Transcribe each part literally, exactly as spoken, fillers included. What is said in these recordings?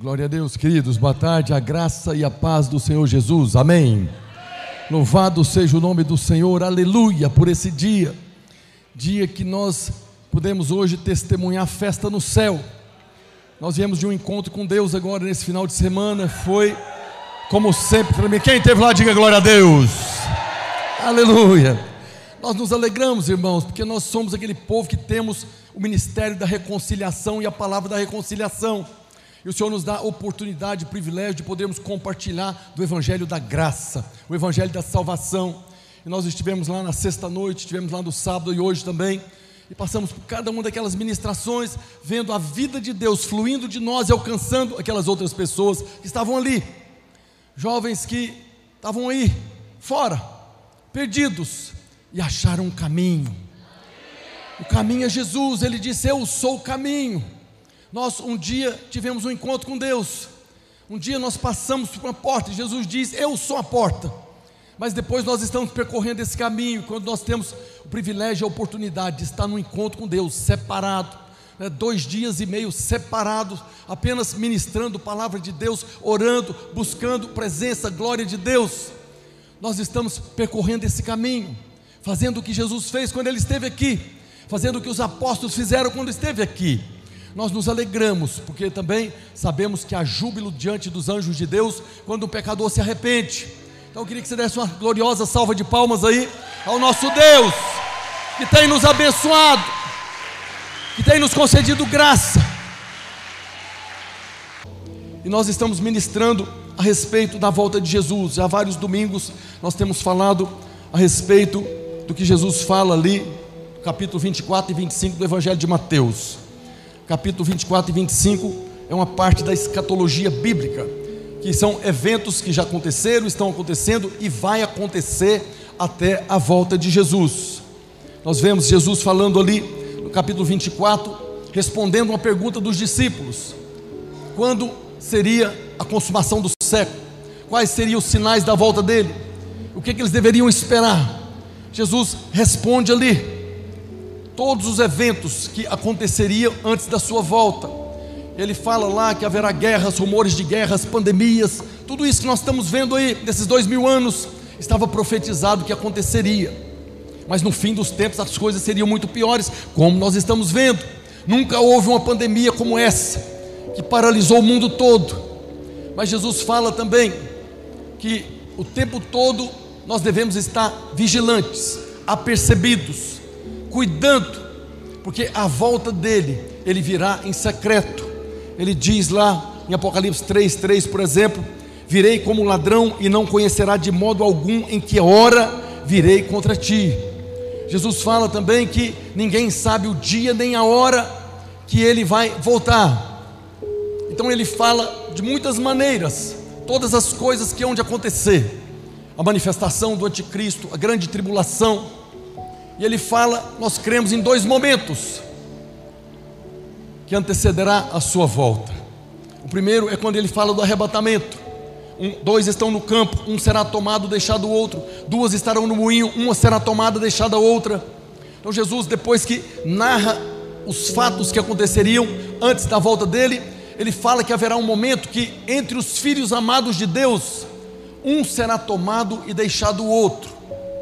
Glória a Deus, queridos, boa tarde, a graça e a paz do Senhor Jesus, amém. Amém. Louvado seja o nome do Senhor, aleluia, por esse dia, dia que nós podemos hoje testemunhar a festa no céu. Nós viemos de um encontro com Deus agora nesse final de semana, foi como sempre para mim. Quem esteve lá, diga glória a Deus, aleluia. Nós nos alegramos, irmãos, porque nós somos aquele povo que temos o ministério da reconciliação e a palavra da reconciliação. E o Senhor nos dá a oportunidade, o privilégio de podermos compartilhar do Evangelho da graça, o Evangelho da salvação. E nós estivemos lá na sexta-noite, estivemos lá no sábado e hoje também, e passamos por cada uma daquelas ministrações, vendo a vida de Deus fluindo de nós e alcançando aquelas outras pessoas que estavam ali, jovens que estavam aí, fora, perdidos, e acharam um caminho. O caminho é Jesus. Ele disse: eu sou o caminho. Nós um dia tivemos um encontro com Deus, um dia nós passamos por uma porta e Jesus diz: eu sou a porta. Mas depois nós estamos percorrendo esse caminho, quando nós temos o privilégio e a oportunidade de estar num encontro com Deus, separado, né, dois dias e meio separados, apenas ministrando a palavra de Deus, orando, buscando presença, glória de Deus. Nós estamos percorrendo esse caminho, fazendo o que Jesus fez quando Ele esteve aqui, fazendo o que os apóstolos fizeram quando esteve aqui. Nós nos alegramos, porque também sabemos que há júbilo diante dos anjos de Deus, quando um pecador se arrepende. Então eu queria que você desse uma gloriosa salva de palmas aí, ao nosso Deus, que tem nos abençoado, que tem nos concedido graça. E nós estamos ministrando a respeito da volta de Jesus. Já há vários domingos nós temos falado a respeito do que Jesus fala ali, capítulo vinte e quatro e vinte e cinco do Evangelho de Mateus. Capítulo vinte e quatro e vinte e cinco é uma parte da escatologia bíblica, que são eventos que já aconteceram, estão acontecendo e vai acontecer até a volta de Jesus. Nós vemos Jesus falando ali no capítulo vinte e quatro, respondendo uma pergunta dos discípulos: quando seria a consumação do século? Quais seriam os sinais da volta dele? O que, que eles deveriam esperar? Jesus responde ali todos os eventos que aconteceriam antes da sua volta. Ele fala lá que haverá guerras, rumores de guerras, pandemias, tudo isso que nós estamos vendo aí, nesses dois mil anos, estava profetizado que aconteceria. Mas no fim dos tempos as coisas seriam muito piores, como nós estamos vendo. Nunca houve uma pandemia como essa, que paralisou o mundo todo. Mas Jesus fala também que o tempo todo nós devemos estar vigilantes, apercebidos, cuidando, porque a volta dele, ele virá em secreto. Ele diz lá em Apocalipse três, três, por exemplo: virei como ladrão e não conhecerá de modo algum em que hora virei contra ti. Jesus fala também que ninguém sabe o dia nem a hora que ele vai voltar. Então ele fala de muitas maneiras, todas as coisas que hão de acontecer, a manifestação do anticristo, a grande tribulação. E ele fala, nós cremos em dois momentos que antecederá a sua volta. O primeiro é quando ele fala do arrebatamento. um, Dois estão no campo, um será tomado, deixado o outro. Duas estarão no moinho, uma será tomada, deixada a outra. Então Jesus, depois que narra os fatos que aconteceriam antes da volta dele, ele fala que haverá um momento que entre os filhos amados de Deus, um será tomado e deixado o outro.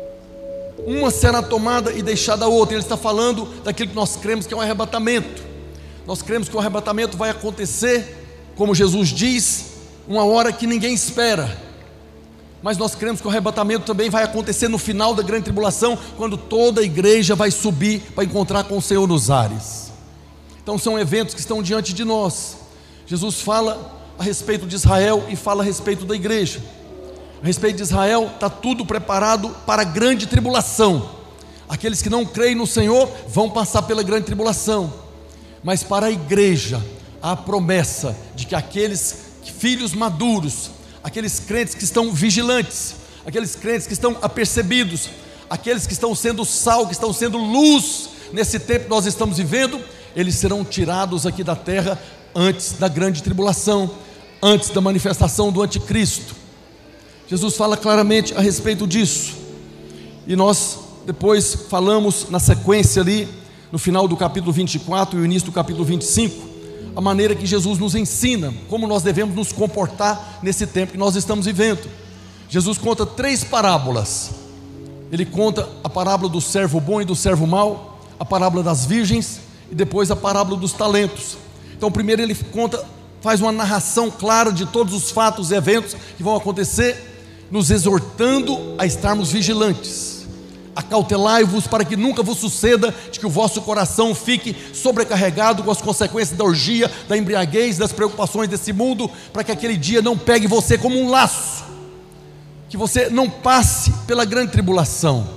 Uma será tomada e deixada a outra. Ele está falando daquilo que nós cremos que é um arrebatamento. Nós cremos que o arrebatamento vai acontecer, como Jesus diz, uma hora que ninguém espera. Mas nós cremos que o arrebatamento também vai acontecer no final da grande tribulação, quando toda a igreja vai subir para encontrar com o Senhor nos ares. Então são eventos que estão diante de nós. Jesus fala a respeito de Israel e fala a respeito da igreja. A respeito de Israel, está tudo preparado para a grande tribulação. Aqueles que não creem no Senhor vão passar pela grande tribulação. Mas para a igreja, há a promessa de que aqueles filhos maduros, aqueles crentes que estão vigilantes, aqueles crentes que estão apercebidos, aqueles que estão sendo sal, que estão sendo luz nesse tempo que nós estamos vivendo, eles serão tirados aqui da terra antes da grande tribulação, antes da manifestação do anticristo. Jesus fala claramente a respeito disso. E nós depois falamos na sequência ali, no final do capítulo vinte e quatro e o início do capítulo vinte e cinco, a maneira que Jesus nos ensina, como nós devemos nos comportar nesse tempo que nós estamos vivendo. Jesus conta três parábolas. Ele conta a parábola do servo bom e do servo mau, a parábola das virgens e depois a parábola dos talentos. Então primeiro ele conta, faz uma narração clara de todos os fatos e eventos que vão acontecer, nos exortando a estarmos vigilantes. Acautelai-vos para que nunca vos suceda de que o vosso coração fique sobrecarregado com as consequências da orgia, da embriaguez, das preocupações desse mundo, para que aquele dia não pegue você como um laço, que você não passe pela grande tribulação.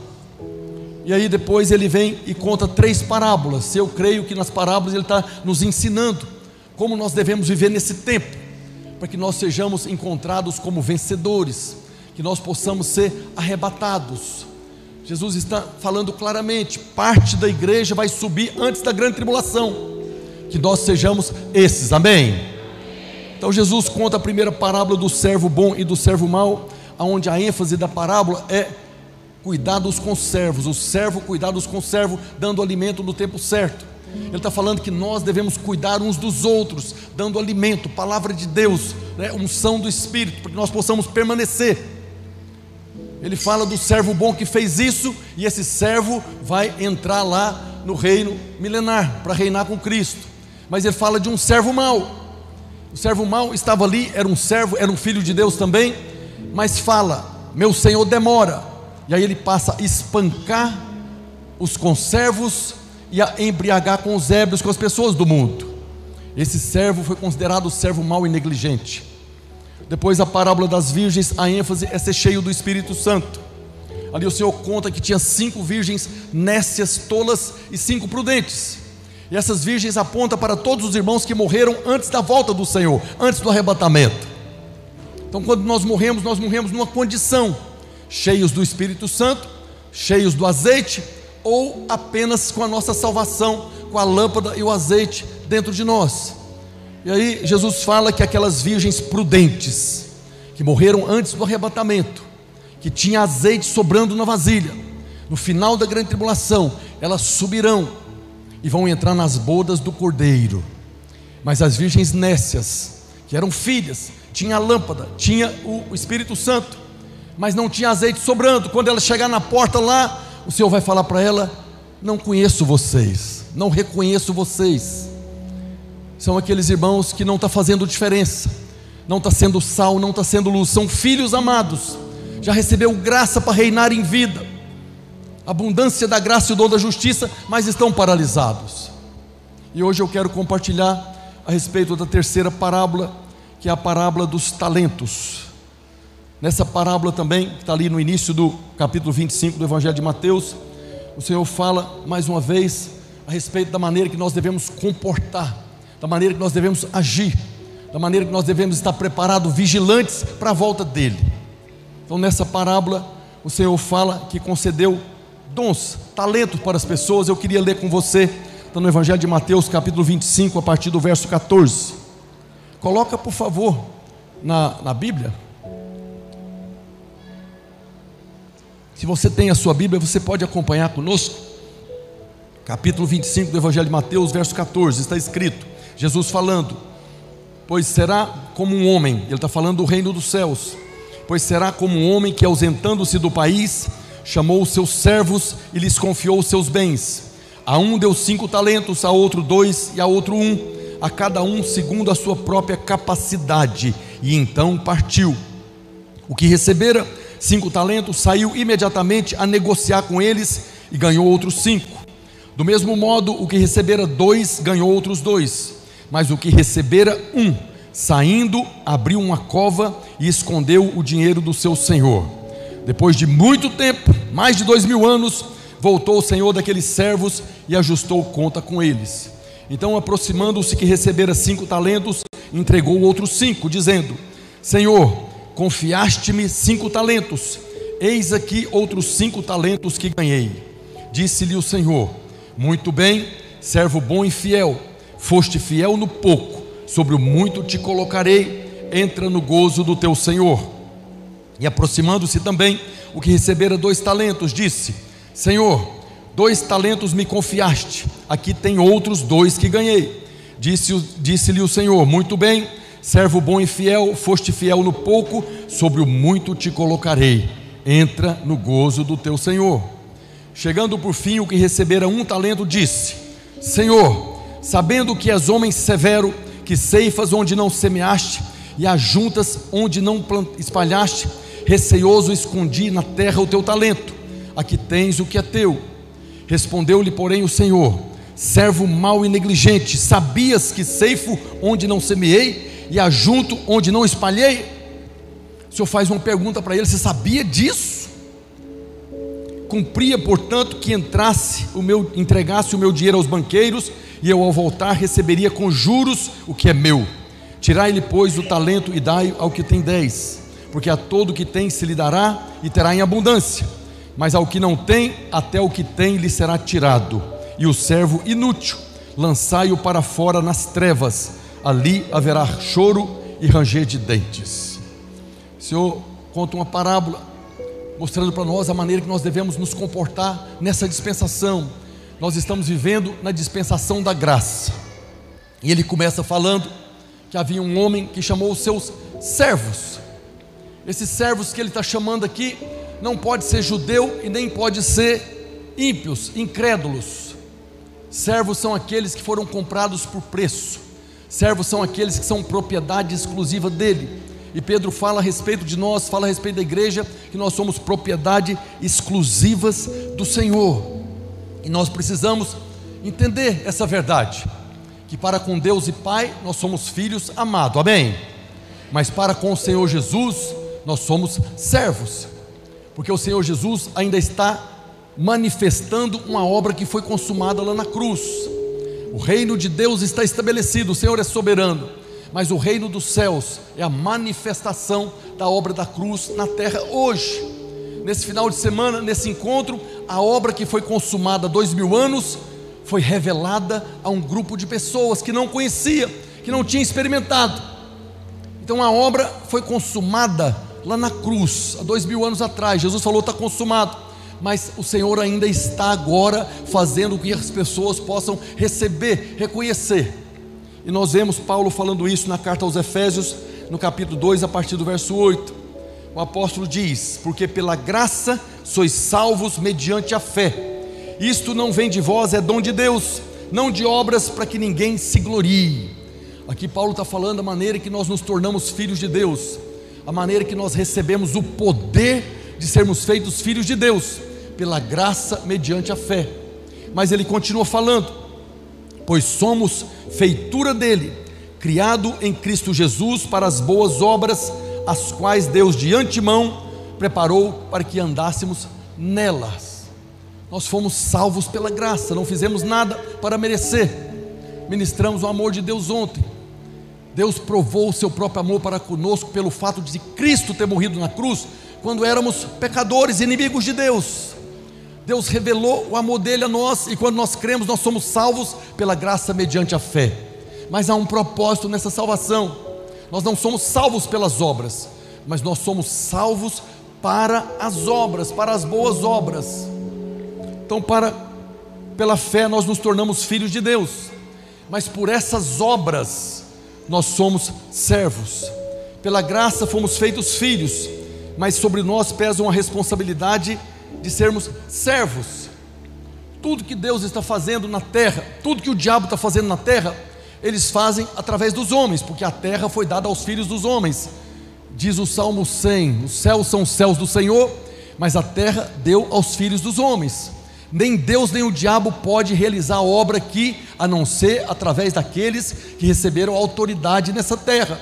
E aí depois ele vem e conta três parábolas. Eu creio que nas parábolas ele está nos ensinando como nós devemos viver nesse tempo, para que nós sejamos encontrados como vencedores, que nós possamos ser arrebatados. Jesus está falando claramente, parte da igreja vai subir antes da grande tribulação, que nós sejamos esses, amém? Então Jesus conta a primeira parábola do servo bom e do servo mau, onde a ênfase da parábola é cuidar dos conservos, o servo cuidar dos conservos, dando alimento no tempo certo. Ele está falando que nós devemos cuidar uns dos outros, dando alimento, palavra de Deus, né, unção do Espírito, para que nós possamos permanecer. Ele fala do servo bom que fez isso, e esse servo vai entrar lá no reino milenar, para reinar com Cristo. Mas ele fala de um servo mau. O servo mau estava ali, era um servo, era um filho de Deus também, mas fala, meu Senhor demora. E aí ele passa a espancar os conservos e a embriagar com os ébrios, com as pessoas do mundo. Esse servo foi considerado o servo mau e negligente. Depois a parábola das virgens, a ênfase é ser cheio do Espírito Santo. Ali o Senhor conta que tinha cinco virgens nécias, tolas e cinco prudentes. E essas virgens apontam para todos os irmãos que morreram antes da volta do Senhor, antes do arrebatamento. Então quando nós morremos, nós morremos numa condição, cheios do Espírito Santo, cheios do azeite, ou apenas com a nossa salvação, com a lâmpada e o azeite dentro de nós. E aí Jesus fala que aquelas virgens prudentes, que morreram antes do arrebatamento, que tinha azeite sobrando na vasilha, no final da grande tribulação, elas subirão e vão entrar nas bodas do Cordeiro. Mas as virgens nécias, que eram filhas, tinha a lâmpada, tinha o Espírito Santo, mas não tinha azeite sobrando. Quando ela chegar na porta lá, o Senhor vai falar para ela, não conheço vocês, não reconheço vocês. São aqueles irmãos que não estão fazendo diferença, não está sendo sal, não está sendo luz, são filhos amados, já recebeu graça para reinar em vida, abundância da graça e o dom da justiça, mas estão paralisados. E hoje eu quero compartilhar a respeito da terceira parábola, que é a parábola dos talentos. Nessa parábola também, que está ali no início do capítulo vinte e cinco do Evangelho de Mateus, o Senhor fala mais uma vez a respeito da maneira que nós devemos comportar, da maneira que nós devemos agir, da maneira que nós devemos estar preparados, vigilantes para a volta dele. Então nessa parábola o Senhor fala que concedeu dons, talentos para as pessoas. Eu queria ler com você, está no Evangelho de Mateus capítulo vinte e cinco, a partir do verso catorze. Coloca por favor na, na Bíblia. Se você tem a sua Bíblia, você pode acompanhar conosco. Capítulo vinte e cinco do Evangelho de Mateus, verso catorze, está escrito, Jesus falando, pois será como um homem, ele está falando do reino dos céus, pois será como um homem que, ausentando-se do país, chamou os seus servos e lhes confiou os seus bens. A um deu cinco talentos, a outro dois e a outro um, a cada um segundo a sua própria capacidade, e então partiu. O que recebera cinco talentos saiu imediatamente a negociar com eles e ganhou outros cinco. Do mesmo modo, o que recebera dois ganhou outros dois. Mas o que recebera um, saindo, abriu uma cova e escondeu o dinheiro do seu senhor. Depois de muito tempo, mais de dois mil anos, voltou o senhor daqueles servos e ajustou conta com eles. Então, aproximando-se que recebera cinco talentos, entregou outros cinco, dizendo, Senhor, confiaste-me cinco talentos, eis aqui outros cinco talentos que ganhei. Disse-lhe o Senhor, muito bem, servo bom e fiel, foste fiel no pouco, sobre o muito te colocarei, entra no gozo do teu Senhor. E aproximando-se também o que recebera dois talentos, disse, Senhor, dois talentos me confiaste, aqui tem outros dois que ganhei. Disse, disse-lhe o Senhor: muito bem, servo bom e fiel, foste fiel no pouco, sobre o muito te colocarei, entra no gozo do teu Senhor. Chegando por fim o que recebera um talento, disse: Senhor, sabendo que és homem severo, que ceifas onde não semeaste, e ajuntas onde não espalhaste, receoso escondi na terra o teu talento, aqui tens o que é teu. Respondeu-lhe, porém, o Senhor: servo mau e negligente, sabias que ceifo onde não semeei, e ajunto onde não espalhei? O Senhor faz uma pergunta para ele: você sabia disso? Cumpria, portanto, que entrasse o meu, entregasse o meu dinheiro aos banqueiros, e eu, ao voltar, receberia com juros o que é meu. Tirai-lhe, pois, o talento e dai ao que tem dez, porque a todo que tem se lhe dará e terá em abundância, mas ao que não tem, até o que tem lhe será tirado. E o servo inútil, lançai-o para fora nas trevas, ali haverá choro e ranger de dentes. O Senhor conta uma parábola, mostrando para nós a maneira que nós devemos nos comportar nessa dispensação. Nós estamos vivendo na dispensação da graça, e ele começa falando que havia um homem que chamou os seus servos. Esses servos que ele está chamando aqui, não pode ser judeu e nem pode ser ímpios, incrédulos. Servos são aqueles que foram comprados por preço. Servos são aqueles que são propriedade exclusiva dele. E Pedro fala a respeito de nós, fala a respeito da igreja, que nós somos propriedade exclusivas do Senhor. E nós precisamos entender essa verdade, que para com Deus e Pai nós somos filhos amados, amém? Mas para com o Senhor Jesus nós somos servos, porque o Senhor Jesus ainda está manifestando uma obra que foi consumada lá na cruz. O reino de Deus está estabelecido, o Senhor é soberano, mas o reino dos céus é a manifestação da obra da cruz na terra hoje. Nesse final de semana, nesse encontro, a obra que foi consumada há dois mil anos foi revelada a um grupo de pessoas que não conhecia, que não tinha experimentado. Então a obra foi consumada lá na cruz, há dois mil anos atrás. Jesus falou: está consumado. Mas o Senhor ainda está agora fazendo com que as pessoas possam receber, reconhecer. E nós vemos Paulo falando isso na carta aos Efésios, no capítulo dois, a partir do verso oito. O apóstolo diz: porque pela graça sois salvos mediante a fé. Isto não vem de vós, é dom de Deus, não de obras, para que ninguém se glorie. Aqui Paulo está falando da maneira que nós nos tornamos filhos de Deus, a maneira que nós recebemos o poder de sermos feitos filhos de Deus, pela graça mediante a fé. Mas ele continua falando: pois somos feitura dele, criado em Cristo Jesus para as boas obras, as quais Deus de antemão preparou para que andássemos nelas. Nós fomos salvos pela graça, não fizemos nada para merecer. Ministramos o amor de Deus ontem. Deus provou o seu próprio amor para conosco pelo fato de Cristo ter morrido na cruz quando éramos pecadores, inimigos de Deus. Deus revelou o amor dele a nós, e quando nós cremos, nós somos salvos pela graça mediante a fé. Mas há um propósito nessa salvação. Nós não somos salvos pelas obras, mas nós somos salvos para as obras, para as boas obras. Então, para, pela fé nós nos tornamos filhos de Deus, mas por essas obras nós somos servos. Pela graça fomos feitos filhos, mas sobre nós pesa uma responsabilidade de sermos servos. Tudo que Deus está fazendo na terra, tudo que o diabo está fazendo na terra, eles fazem através dos homens, porque a terra foi dada aos filhos dos homens. Diz o Salmo cem: os céus são os céus do Senhor, mas a terra deu aos filhos dos homens. Nem Deus nem o diabo pode realizar a obra aqui, a não ser através daqueles que receberam autoridade nessa terra.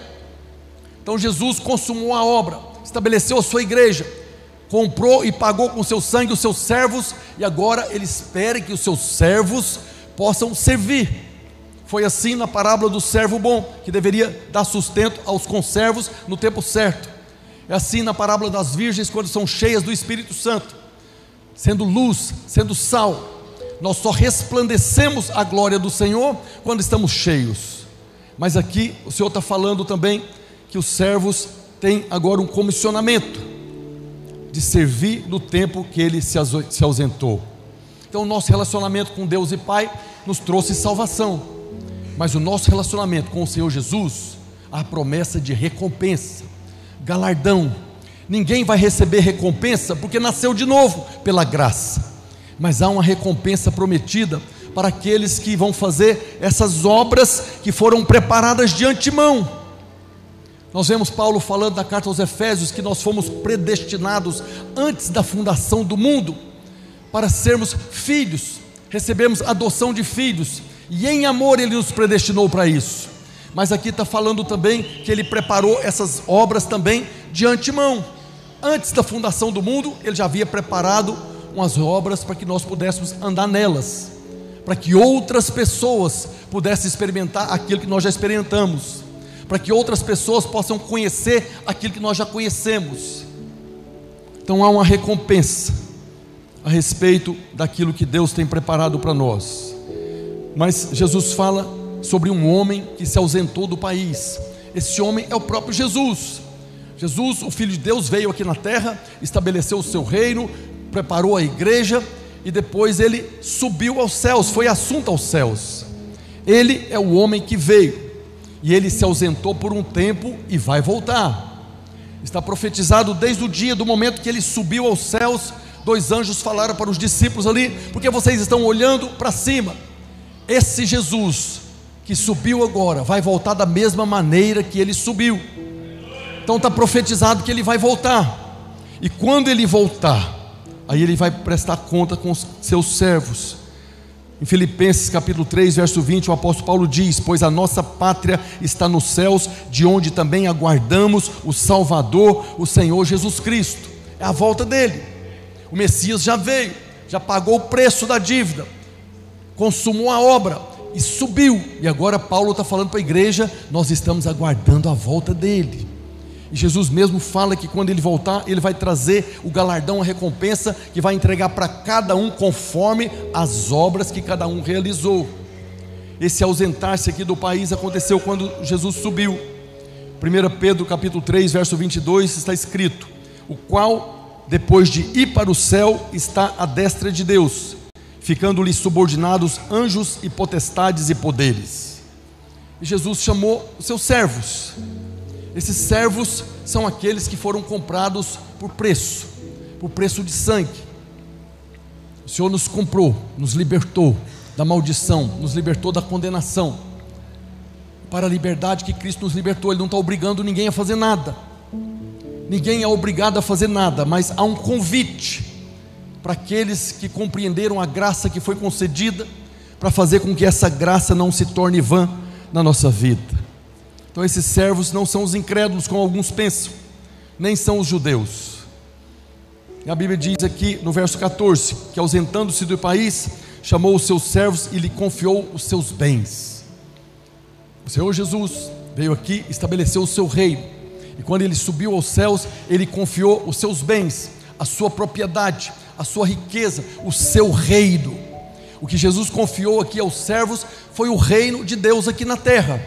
Então Jesus consumou a obra, estabeleceu a sua igreja, comprou e pagou com seu sangue os seus servos, e agora ele espera que os seus servos possam servir. Foi assim na parábola do servo bom, que deveria dar sustento aos conservos no tempo certo. É assim na parábola das virgens, quando são cheias do Espírito Santo, sendo luz, sendo sal. Nós só resplandecemos a glória do Senhor quando estamos cheios. Mas aqui o Senhor está falando também que os servos têm agora um comissionamento de servir no tempo que ele se ausentou. Então o nosso relacionamento com Deus e Pai nos trouxe salvação. Mas o nosso relacionamento com o Senhor Jesus, há a promessa de recompensa, galardão. Ninguém vai receber recompensa porque nasceu de novo pela graça, mas há uma recompensa prometida para aqueles que vão fazer essas obras que foram preparadas de antemão. Nós vemos Paulo falando na carta aos Efésios que nós fomos predestinados antes da fundação do mundo para sermos filhos, recebemos adoção de filhos, e em amor Ele nos predestinou para isso. Mas aqui está falando também que Ele preparou essas obras também de antemão. Antes da fundação do mundo, Ele já havia preparado umas obras para que nós pudéssemos andar nelas, para que outras pessoas pudessem experimentar aquilo que nós já experimentamos, para que outras pessoas possam conhecer aquilo que nós já conhecemos. Então há uma recompensa a respeito daquilo que Deus tem preparado para nós. Mas Jesus fala sobre um homem que se ausentou do país. Esse homem é o próprio Jesus. Jesus, o Filho de Deus, veio aqui na terra, estabeleceu o seu reino, preparou a igreja, e depois ele subiu aos céus, foi assunto aos céus. Ele é o homem que veio, e ele se ausentou por um tempo e vai voltar. Está profetizado desde o dia do momento que ele subiu aos céus. Dois anjos falaram para os discípulos ali: porque vocês estão olhando para cima? Esse Jesus que subiu agora vai voltar da mesma maneira que ele subiu. Então está profetizado que ele vai voltar, e quando ele voltar, aí ele vai prestar conta com os seus servos. Em Filipenses capítulo três, verso vinte, o apóstolo Paulo diz: pois a nossa pátria está nos céus, de onde também aguardamos o Salvador, o Senhor Jesus Cristo. É a volta dele. O Messias já veio, já pagou o preço da dívida, consumou a obra e subiu. E agora Paulo está falando para a igreja: nós estamos aguardando a volta dele. E Jesus mesmo fala que quando ele voltar, ele vai trazer o galardão, a recompensa, que vai entregar para cada um conforme as obras que cada um realizou. Esse ausentar-se aqui do país aconteceu quando Jesus subiu. primeira Pedro capítulo três, verso vinte e dois, está escrito: o qual, depois de ir para o céu, está à destra de Deus, ficando-lhe subordinados anjos e potestades e poderes. E Jesus chamou os seus servos. Esses servos são aqueles que foram comprados por preço, por preço de sangue. O Senhor nos comprou, nos libertou da maldição, nos libertou da condenação, para a liberdade que Cristo nos libertou. Ele não está obrigando ninguém a fazer nada, ninguém é obrigado a fazer nada, mas há um convite para aqueles que compreenderam a graça que foi concedida, para fazer com que essa graça não se torne vã na nossa vida. Então esses servos não são os incrédulos, como alguns pensam, nem são os judeus. E a Bíblia diz aqui no verso catorze, que ausentando-se do país, chamou os seus servos e lhe confiou os seus bens. O Senhor Jesus veio aqui, estabeleceu o seu reino, e quando ele subiu aos céus, ele confiou os seus bens, a sua propriedade, a sua riqueza, o seu reino. O que Jesus confiou aqui aos servos foi o reino de Deus aqui na terra.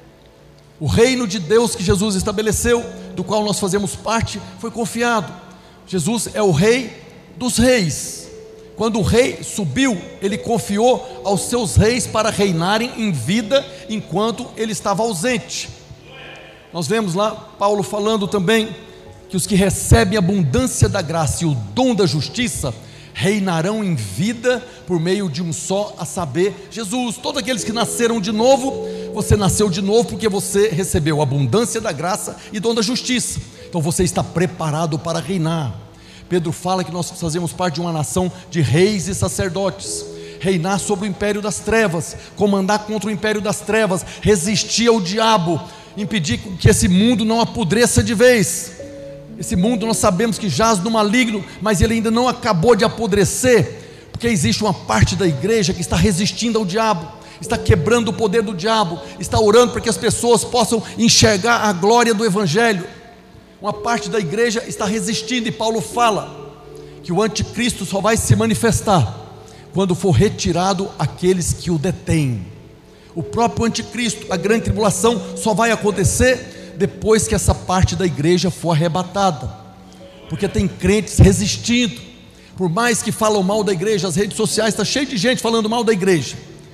O reino de Deus que Jesus estabeleceu, do qual nós fazemos parte, foi confiado. Jesus é o rei dos reis. Quando o rei subiu, ele confiou aos seus reis para reinarem em vida enquanto ele estava ausente. Nós vemos lá Paulo falando também que os que recebem a abundância da graça e o dom da justiça reinarão em vida por meio de um só, a saber, Jesus. Todos aqueles que nasceram de novo, você nasceu de novo porque você recebeu a abundância da graça e dom da justiça. Então você está preparado para reinar. Pedro fala que nós fazemos parte de uma nação de reis e sacerdotes. Reinar sobre o império das trevas, comandar contra o império das trevas, resistir ao diabo, impedir que esse mundo não apodreça de vez. Esse mundo nós sabemos que jaz no maligno, mas ele ainda não acabou de apodrecer, porque existe uma parte da igreja que está resistindo ao diabo, está quebrando o poder do diabo, está orando para que as pessoas possam enxergar a glória do evangelho. Uma parte da igreja está resistindo, e Paulo fala que o anticristo só vai se manifestar quando for retirado aqueles que o detêm. O próprio anticristo, a grande tribulação, só vai acontecer depois que essa parte da igreja for arrebatada, porque tem crentes resistindo, por mais que falam mal da igreja. As redes sociais estão cheias de gente falando mal da igreja,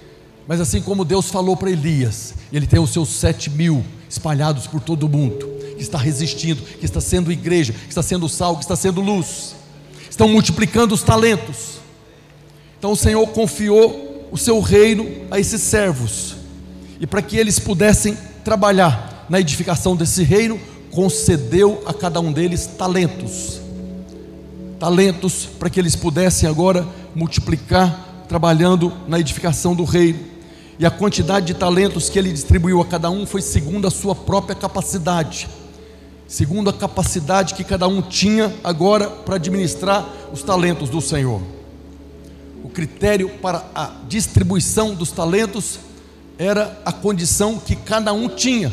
Mas assim como Deus falou para Elias, ele tem os seus sete mil espalhados por todo o mundo, que está resistindo, que está sendo igreja, que está sendo sal, que está sendo luz, estão multiplicando os talentos. Então o Senhor confiou o seu reino a esses servos, e para que eles pudessem trabalhar na edificação desse reino, concedeu a cada um deles talentos, talentos para que eles pudessem agora multiplicar, trabalhando na edificação do reino. E a quantidade de talentos que ele distribuiu a cada um foi segundo a sua própria capacidade, segundo a capacidade que cada um tinha agora para administrar os talentos do Senhor. O critério para a distribuição dos talentos era a condição que cada um tinha.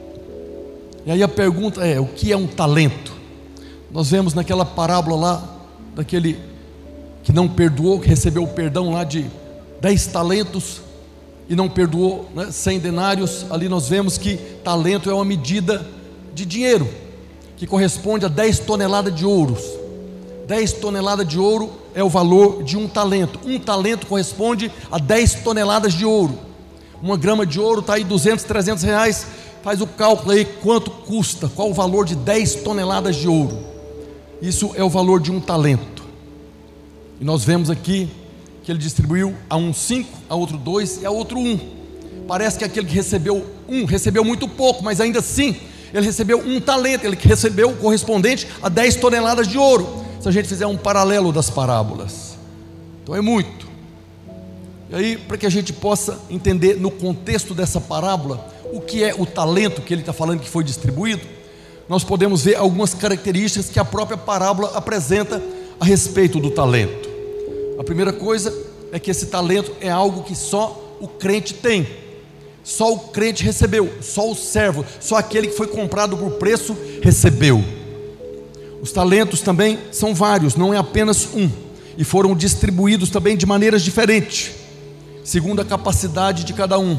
E aí a pergunta é: o que é um talento? Nós vemos naquela parábola lá, daquele que não perdoou, que recebeu o perdão lá de dez talentos, e não perdoou, né, cem denários. Ali nós vemos que talento é uma medida de dinheiro, que corresponde a dez toneladas de ouros. dez toneladas de ouro é o valor de um talento. Um talento corresponde a dez toneladas de ouro. Uma grama de ouro está aí duzentos, trezentos reais. Faz o cálculo aí, quanto custa, qual o valor de dez toneladas de ouro. Isso é o valor de um talento. E nós vemos aqui que ele distribuiu a um cinco, a outro dois e a outro um. Parece que aquele que recebeu um, recebeu muito pouco, mas ainda assim, ele recebeu um talento, ele recebeu o correspondente a dez toneladas de ouro, se a gente fizer um paralelo das parábolas. Então é muito. E aí, para que a gente possa entender no contexto dessa parábola, o que é o talento que ele está falando que foi distribuído, nós podemos ver algumas características que a própria parábola apresenta a respeito do talento. A primeira coisa é que esse talento é algo que só o crente tem, só o crente recebeu, só o servo, só aquele que foi comprado por preço recebeu. Os talentos também são vários, não é apenas um, e foram distribuídos também de maneiras diferentes, segundo a capacidade de cada um.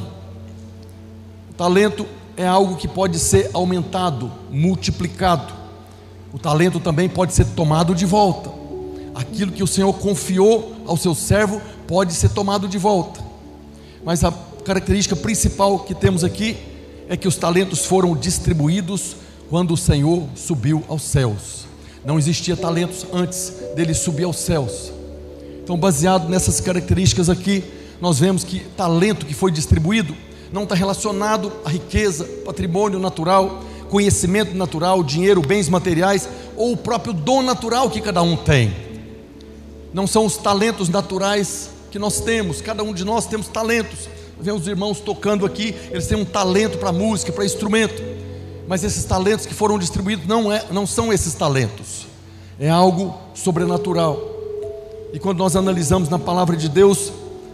O talento é algo que pode ser aumentado, multiplicado. O talento também pode ser tomado de volta. Aquilo que o Senhor confiou ao seu servo pode ser tomado de volta. Mas a característica principal que temos aqui é que os talentos foram distribuídos quando o Senhor subiu aos céus. Não existia talentos antes dele subir aos céus. Então, baseado nessas características aqui, nós vemos que talento que foi distribuído não está relacionado à riqueza, patrimônio natural, conhecimento natural, dinheiro, bens materiais, ou o próprio dom natural que cada um tem. Não são os talentos naturais que nós temos. Cada um de nós temos talentos. Vemos os irmãos tocando aqui, eles têm um talento para música, para instrumento. Mas esses talentos que foram distribuídos não, é, não são esses talentos. É algo sobrenatural. E quando nós analisamos na palavra de Deus,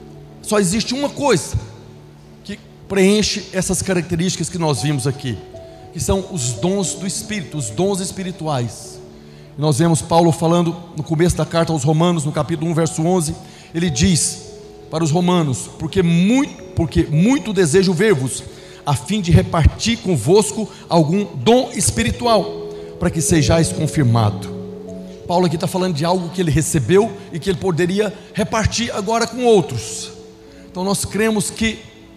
só existe uma coisa que preenche essas características que nós vimos aqui, que são os dons do Espírito, os dons espirituais. Nós vemos Paulo falando no começo da carta aos Romanos, no capítulo um, verso onze. Ele diz para os romanos: porque muito, porque muito desejo ver-vos, a fim de repartir convosco algum dom espiritual, para que sejais confirmado. Paulo aqui está falando de algo que ele recebeu e que ele poderia repartir agora com outros. Então nós cremos que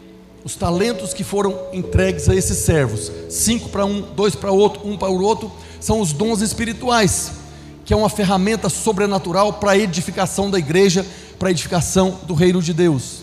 os talentos que foram entregues a esses servos, cinco para um, dois para outro, um para o outro, são os dons espirituais, que é uma ferramenta sobrenatural para a edificação da igreja, para a edificação do reino de Deus.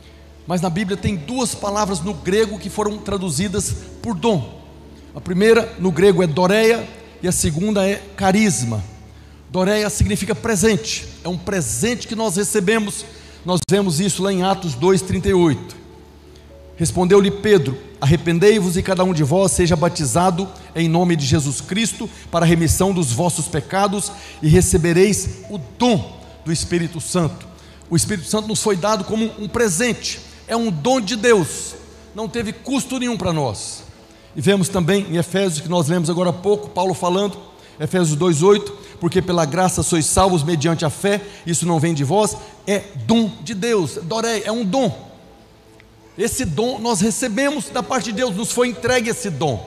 Mas na Bíblia tem duas palavras no grego que foram traduzidas por dom. A primeira no grego é doreia e a segunda é carisma. Doreia significa presente, é um presente que nós recebemos. Nós vemos isso lá em Atos dois, trinta e oito. Respondeu-lhe Pedro: arrependei-vos e cada um de vós seja batizado em nome de Jesus Cristo para a remissão dos vossos pecados e recebereis o dom do Espírito Santo. O Espírito Santo nos foi dado como um presente, é um dom de Deus, não teve custo nenhum para nós. E vemos também em Efésios, que nós lemos agora há pouco, Paulo falando, Efésios dois, oito: porque pela graça sois salvos mediante a fé, isso não vem de vós, é dom de Deus, dorei, é um dom. Esse dom nós recebemos da parte de Deus, nos foi entregue esse dom.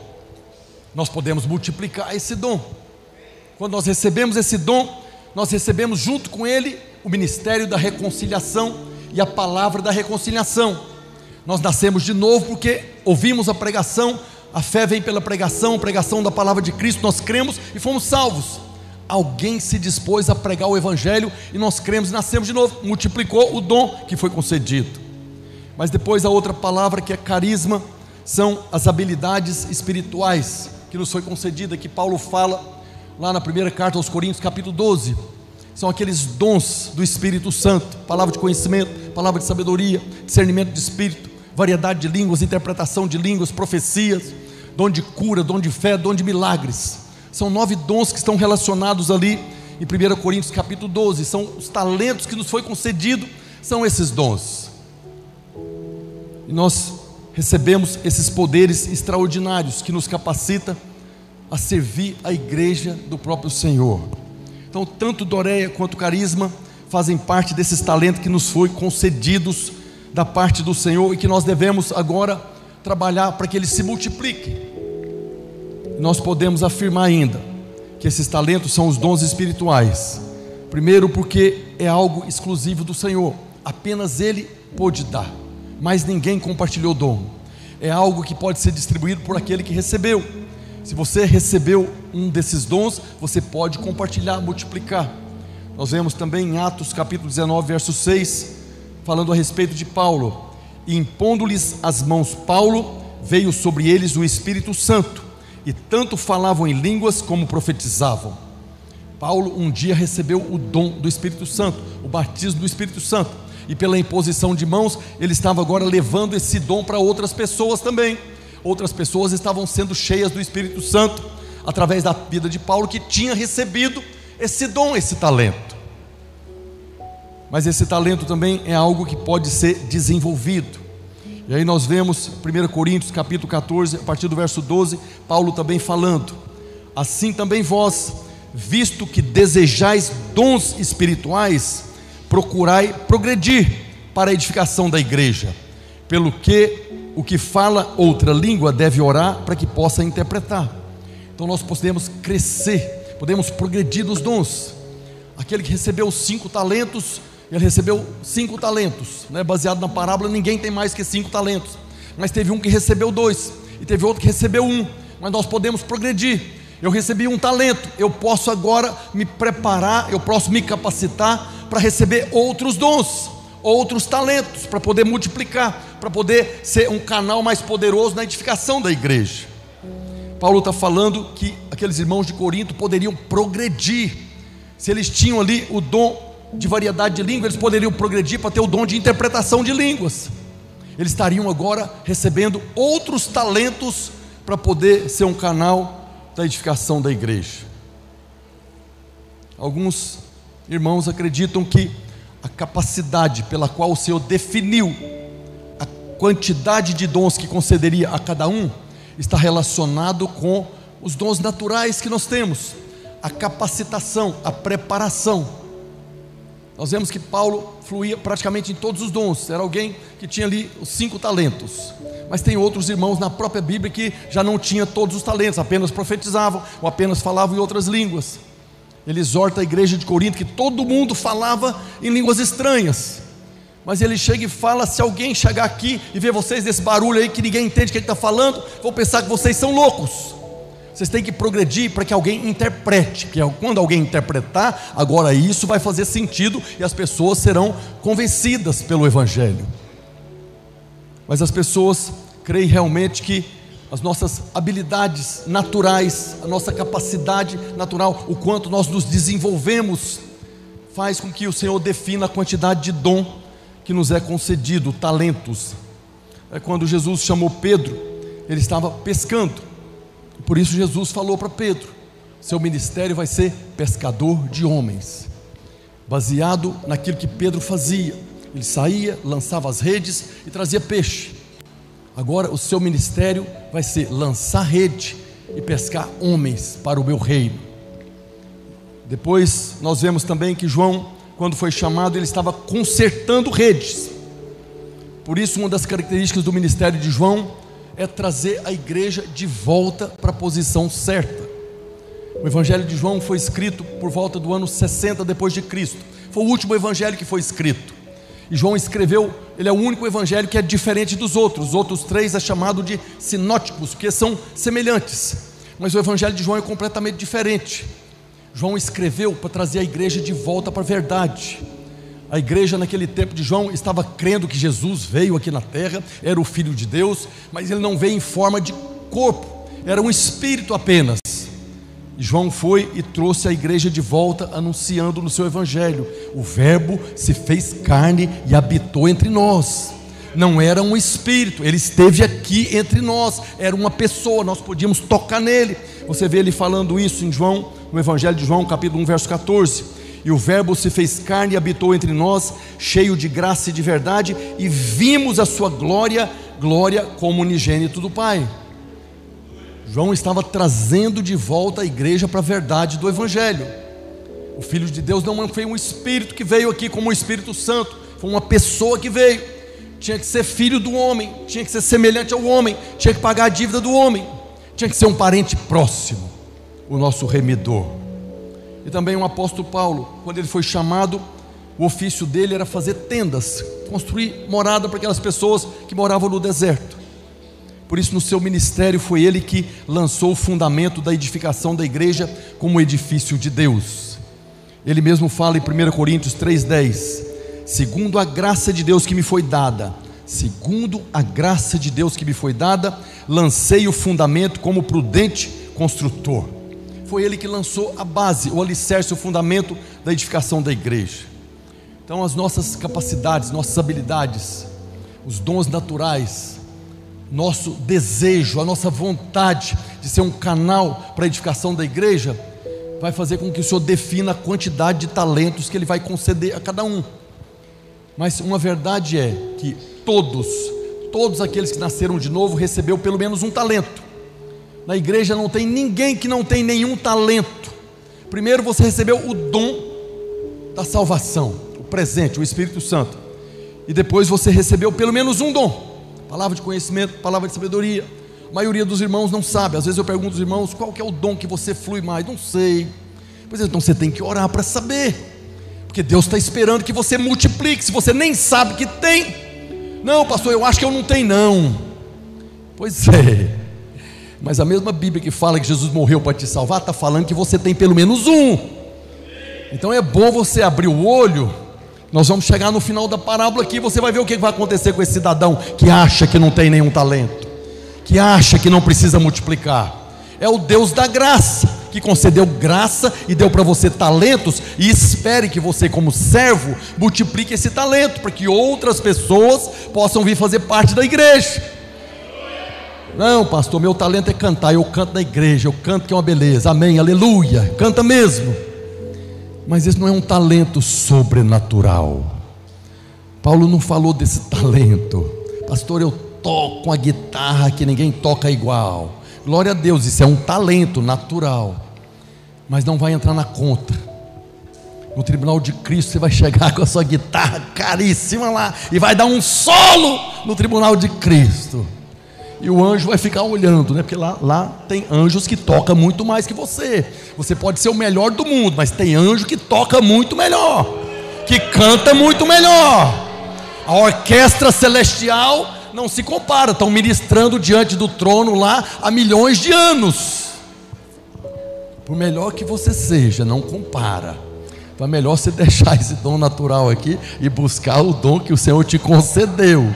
Nós podemos multiplicar esse dom. Quando nós recebemos esse dom, nós recebemos junto com ele o ministério da reconciliação e a palavra da reconciliação. Nós nascemos de novo porque ouvimos a pregação, a fé vem pela pregação, pregação da palavra de Cristo, nós cremos e fomos salvos. Alguém se dispôs a pregar o evangelho e nós cremos e nascemos de novo, multiplicou o dom que foi concedido. Mas depois a outra palavra, que é carisma, são as habilidades espirituais que nos foi concedida, que Paulo fala lá na primeira carta aos Coríntios, capítulo doze. São aqueles dons do Espírito Santo: palavra de conhecimento, palavra de sabedoria, discernimento de espírito, variedade de línguas, interpretação de línguas, profecias, dom de cura, dom de fé, dom de milagres. São nove dons que estão relacionados ali em primeira Coríntios capítulo doze. São os talentos que nos foi concedido, são esses dons. E nós recebemos esses poderes extraordinários que nos capacita a servir a igreja do próprio Senhor. Então, tanto Doreia quanto carisma fazem parte desses talentos que nos foi concedidos da parte do Senhor e que nós devemos agora trabalhar para que eles se multipliquem. Nós podemos afirmar ainda que esses talentos são os dons espirituais. Primeiro, porque é algo exclusivo do Senhor, apenas Ele pôde dar, mas ninguém compartilhou o dom. É algo que pode ser distribuído por aquele que recebeu. Se você recebeu um desses dons, você pode compartilhar, multiplicar. Nós vemos também em Atos capítulo dezenove, verso seis, falando a respeito de Paulo: e impondo-lhes as mãos Paulo, veio sobre eles o Espírito Santo, e tanto falavam em línguas como profetizavam. Paulo um dia recebeu o dom do Espírito Santo, o batismo do Espírito Santo, e pela imposição de mãos, ele estava agora levando esse dom para outras pessoas também. Outras pessoas estavam sendo cheias do Espírito Santo através da vida de Paulo, que tinha recebido esse dom, esse talento. Mas esse talento também é algo que pode ser desenvolvido. E aí nós vemos primeira Coríntios capítulo catorze, a partir do verso doze, Paulo também falando: assim também vós, visto que desejais dons espirituais, procurai progredir para a edificação da igreja, pelo que o que fala outra língua deve orar para que possa interpretar. Então nós podemos crescer, podemos progredir nos dons. Aquele que recebeu cinco talentos, ele recebeu cinco talentos, né? Baseado na parábola, ninguém tem mais que cinco talentos, mas teve um que recebeu dois, e teve outro que recebeu um. Mas nós podemos progredir. Eu recebi um talento, eu posso agora me preparar, eu posso me capacitar para receber outros dons, outros talentos, para poder multiplicar, para poder ser um canal mais poderoso na edificação da igreja. Paulo está falando que aqueles irmãos de Corinto poderiam progredir. Se eles tinham ali o dom de variedade de línguas, eles poderiam progredir para ter o dom de interpretação de línguas. Eles estariam agora recebendo outros talentos para poder ser um canal da edificação da igreja. Alguns irmãos acreditam que a capacidade pela qual o Senhor definiu a quantidade de dons que concederia a cada um está relacionado com os dons naturais que nós temos, a capacitação, a preparação. Nós vemos que Paulo fluía praticamente em todos os dons, era alguém que tinha ali os cinco talentos. Mas tem outros irmãos na própria Bíblia que já não tinha todos os talentos, apenas profetizavam ou apenas falavam em outras línguas. Ele exorta a igreja de Corinto que todo mundo falava em línguas estranhas, mas ele chega e fala: se alguém chegar aqui e ver vocês nesse barulho aí que ninguém entende o que ele está falando, vão pensar que vocês são loucos. Vocês têm que progredir para que alguém interprete, que quando alguém interpretar, agora isso vai fazer sentido e as pessoas serão convencidas pelo Evangelho. Mas as pessoas creem realmente que as nossas habilidades naturais, a nossa capacidade natural, o quanto nós nos desenvolvemos, faz com que o Senhor defina a quantidade de dom que nos é concedido, talentos. É quando Jesus chamou Pedro, ele estava pescando, por isso Jesus falou para Pedro: seu ministério vai ser pescador de homens, baseado naquilo que Pedro fazia. Ele saía, lançava as redes e trazia peixe. Agora o seu ministério vai ser lançar rede e pescar homens para o meu reino. Depois nós vemos também que João, quando foi chamado, ele estava consertando redes. Por isso uma das características do ministério de João é trazer a igreja de volta para a posição certa. O evangelho de João foi escrito por volta do ano sessenta depois de Cristo. Foi o último evangelho que foi escrito. E João escreveu, ele é o único evangelho que é diferente dos outros. Os outros três é chamado de sinóticos, porque são semelhantes. Mas o evangelho de João é completamente diferente. João escreveu para trazer a igreja de volta para a verdade. A igreja naquele tempo de João estava crendo que Jesus veio aqui na terra, era o Filho de Deus, mas ele não veio em forma de corpo, era um espírito apenas. E João foi e trouxe a igreja de volta, anunciando no seu evangelho: o verbo se fez carne e habitou entre nós. Não era um espírito, ele esteve aqui entre nós, era uma pessoa, nós podíamos tocar nele. Você vê ele falando isso em João, no evangelho de João, capítulo um, verso catorze. E o verbo se fez carne e habitou entre nós, cheio de graça e de verdade, e vimos a sua glória, glória como unigênito do Pai. João estava trazendo de volta a igreja para a verdade do evangelho. O Filho de Deus não foi um espírito que veio aqui como o Espírito Santo, foi uma pessoa que veio. Tinha que ser filho do homem, tinha que ser semelhante ao homem, tinha que pagar a dívida do homem, tinha que ser um parente próximo, o nosso remidor. E também o apóstolo Paulo, quando ele foi chamado, o ofício dele era fazer tendas, construir morada para aquelas pessoas que moravam no deserto. Por isso, no seu ministério, foi ele que lançou o fundamento da edificação da igreja como edifício de Deus. Ele mesmo fala em primeira Coríntios três, dez: segundo a graça de Deus que me foi dada, segundo a graça de Deus que me foi dada, lancei o fundamento como prudente construtor. Foi ele que lançou a base, o alicerce, o fundamento da edificação da igreja. Então as nossas capacidades, nossas habilidades, os dons naturais, nosso desejo, a nossa vontade de ser um canal para a edificação da igreja, vai fazer com que o Senhor defina a quantidade de talentos que Ele vai conceder a cada um. Mas uma verdade é que todos, todos aqueles que nasceram de novo recebeu pelo menos um talento. Na igreja não tem ninguém que não tem nenhum talento. Primeiro você recebeu o dom da salvação, o presente, o Espírito Santo. E depois você recebeu pelo menos um dom: palavra de conhecimento, palavra de sabedoria. A maioria dos irmãos não sabe. Às vezes eu pergunto aos irmãos: qual que é o dom que você flui mais? Não sei. Pois é, então você tem que orar para saber, porque Deus está esperando que você multiplique. Se você nem sabe que tem, não, pastor, eu acho que eu não tenho não. Pois é, mas a mesma Bíblia que fala que Jesus morreu para te salvar, está falando que você tem pelo menos um. Então é bom você abrir o olho. Nós vamos chegar no final da parábola aqui, você vai ver o que vai acontecer com esse cidadão que acha que não tem nenhum talento, que acha que não precisa multiplicar. É o Deus da graça, que concedeu graça e deu para você talentos, e espere que você, como servo, multiplique esse talento, para que outras pessoas possam vir fazer parte da igreja. Não, pastor, meu talento é cantar, eu canto na igreja, eu canto que é uma beleza, amém, aleluia, canta mesmo. Mas esse não é um talento sobrenatural. Paulo não falou desse talento. Pastor, eu toco a guitarra que ninguém toca igual. Glória a Deus, isso é um talento natural, mas não vai entrar na conta. No tribunal de Cristo você vai chegar com a sua guitarra caríssima lá e vai dar um solo no tribunal de Cristo. E o anjo vai ficar olhando, né? Porque lá, lá tem anjos que tocam muito mais que você. Você pode ser o melhor do mundo, mas tem anjo que toca muito melhor, que canta muito melhor. A orquestra celestial não se compara, estão ministrando diante do trono lá há milhões de anos. Por melhor que você seja, não compara. Então é melhor você deixar esse dom natural aqui e buscar o dom que o Senhor te concedeu.